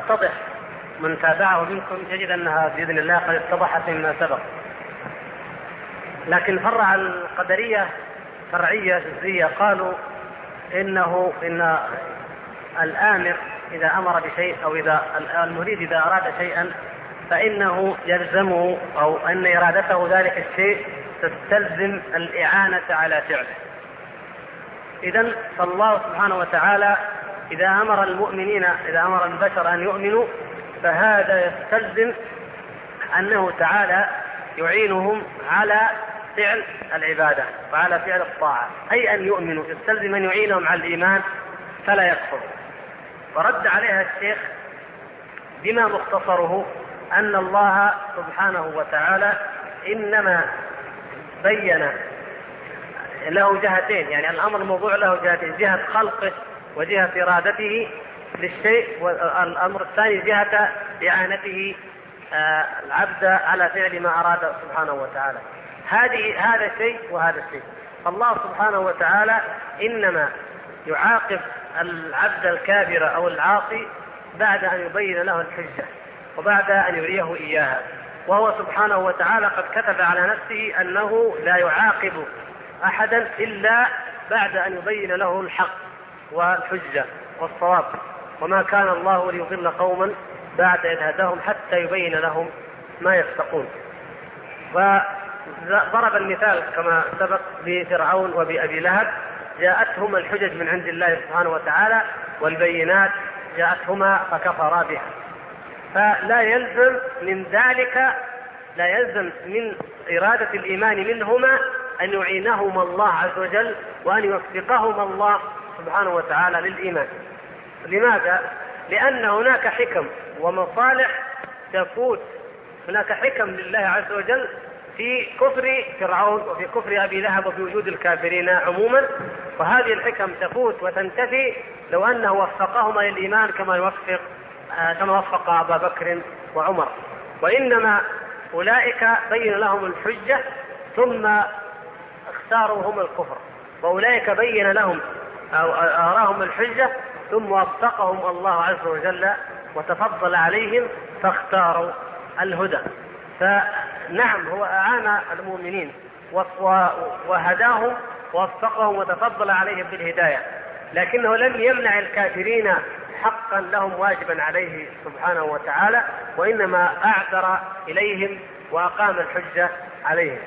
تتضح من تابعه منكم يجد أنها بإذن الله قد اتضحت مما سبق. لكن فرع القدرية فرعية جزئية، قالوا إنه إن الآمر إذا أمر بشيء أو إذا المريد إذا أراد شيئا فإنه يلزمه أو أن إرادته ذلك الشيء تستلزم الإعانة على فعله. إذن فالله سبحانه وتعالى إذا أمر المؤمنين إذا أمر البشر أن يؤمنوا فهذا يستلزم أنه تعالى يعينهم على فعل العبادة وعلى فعل الطاعة، أي أن يؤمنوا يستلزم أن يعينهم على الإيمان فلا يكفر. ورد عليها الشيخ بما مختصره أن الله سبحانه وتعالى إنما بين له جهتين، يعني الأمر الموضوع له جهتين، جهة خلقه وجهة إرادته للشيء، والأمر الثاني جهة إعانته العبد على فعل ما أراد سبحانه وتعالى. هذه هذا شيء وهذا شيء. الله سبحانه وتعالى إنما يعاقب العبد الكافر أو العاصي بعد أن يبين له الحجة وبعد أن يريه إياها، وهو سبحانه وتعالى قد كتب على نفسه أنه لا يعاقب أحدا إلا بعد أن يبين له الحق والحجة والصواب، وما كان الله ليضل قوما بعد إذ هداهم حتى يبين لهم ما يتقون. وضرب المثال كما سبق بفرعون وبأبي لهب، جاءتهما الحجج من عند الله سبحانه وتعالى والبينات جاءتهما فكفرا بها. فلا يلزم من ذلك لا يلزم من إرادة الإيمان منهما أن يعينهما الله عز وجل وأن يوفقهما الله سبحانه وتعالى للإيمان. لماذا؟ لأن هناك حكم ومصالح تفوت، هناك حكم لله عز وجل في كفر فرعون وفي كفر أبي لهب وفي وجود الكافرين عموما، وهذه الحكم تفوت وتنتفي لو أنه وفقهما للإيمان كما يوفق كما وفق أبا بكر وعمر. وإنما أولئك بين لهم الحجة ثم اختاروا هم الكفر، وأولئك بين لهم أو أراهم الحجة ثم وفقهم الله عز وجل وتفضل عليهم فاختاروا الهدى. فنعم هو أعان المؤمنين وهداهم ووفقهم وتفضل عليهم بالهداية، لكنه لم يمنع الكافرين حقا لهم واجبا عليه سبحانه وتعالى، وإنما أعذر إليهم وأقام الحجة عليهم.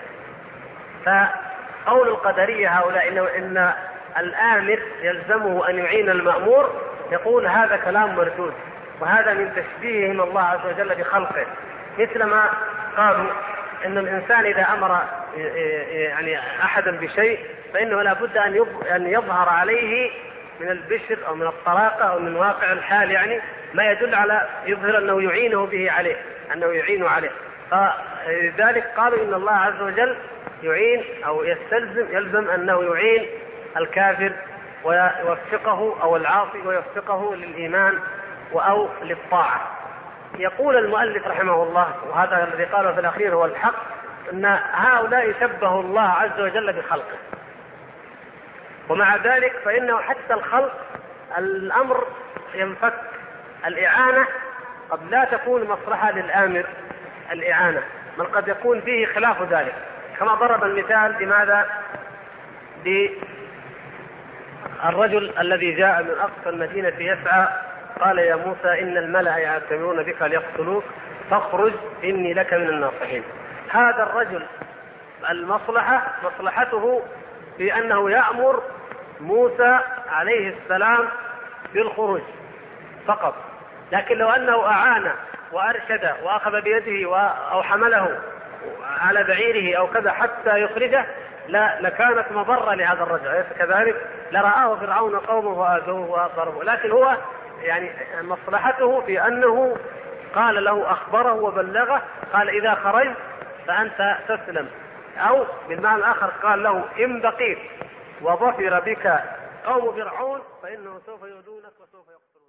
فقول القدرية هؤلاء إنه إن الآمر يلزمه أن يعين المأمور، يقول هذا كلام مردود، وهذا من تشبيههم الله عز وجل بخلقه، مثلما قالوا إن الإنسان إذا أمر يعني أحدا بشيء فإنه لا بد أن يظهر عليه من البشر أو من الطلاقة أو من واقع الحال يعني ما يدل على يظهر أنه يعينه به عليه أنه يعين عليه. فلذلك قالوا إن الله عز وجل يعين أو يستلزم يلزم أنه يعين الكافر ويوفقه أو العاصي ويوفقه للإيمان أو للطاعة. يقول المؤلف رحمه الله، وهذا الذي قاله في الأخير هو الحق، أن هؤلاء شبهوا الله عز وجل بخلقه، ومع ذلك فإنه حتى الخلق الأمر ينفك. الإعانة قد لا تكون مصلحة للآمر الإعانة، بل قد يكون فيه خلاف ذلك، كما ضرب المثال بماذا؟ بالرجل الذي جاء من أقصى المدينة يسعى قال يا موسى إن الملأ يعتمرون بك ليقتلوك فاخرج إني لك من الناصحين. هذا الرجل المصلحة مصلحته بأنه يأمر موسى عليه السلام بالخروج فقط، لكن لو أنه أعان وأرشد وأخذ بيده أو حمله على بعيره أو كذا حتى يخرجه لا لكانت مضرة لهذا الرجل، أليس كذلك؟ لرآه فرعون قومه وآذوه وضربوه، لكن هو يعني مصلحته في أنه قال له أخبره وبلغه، قال إذا خرجت فأنت تسلم، أو بالمعنى الآخر قال له إن بقيت وظفر بك قوم فرعون فإنه سوف يؤذونك وسوف يقتلون.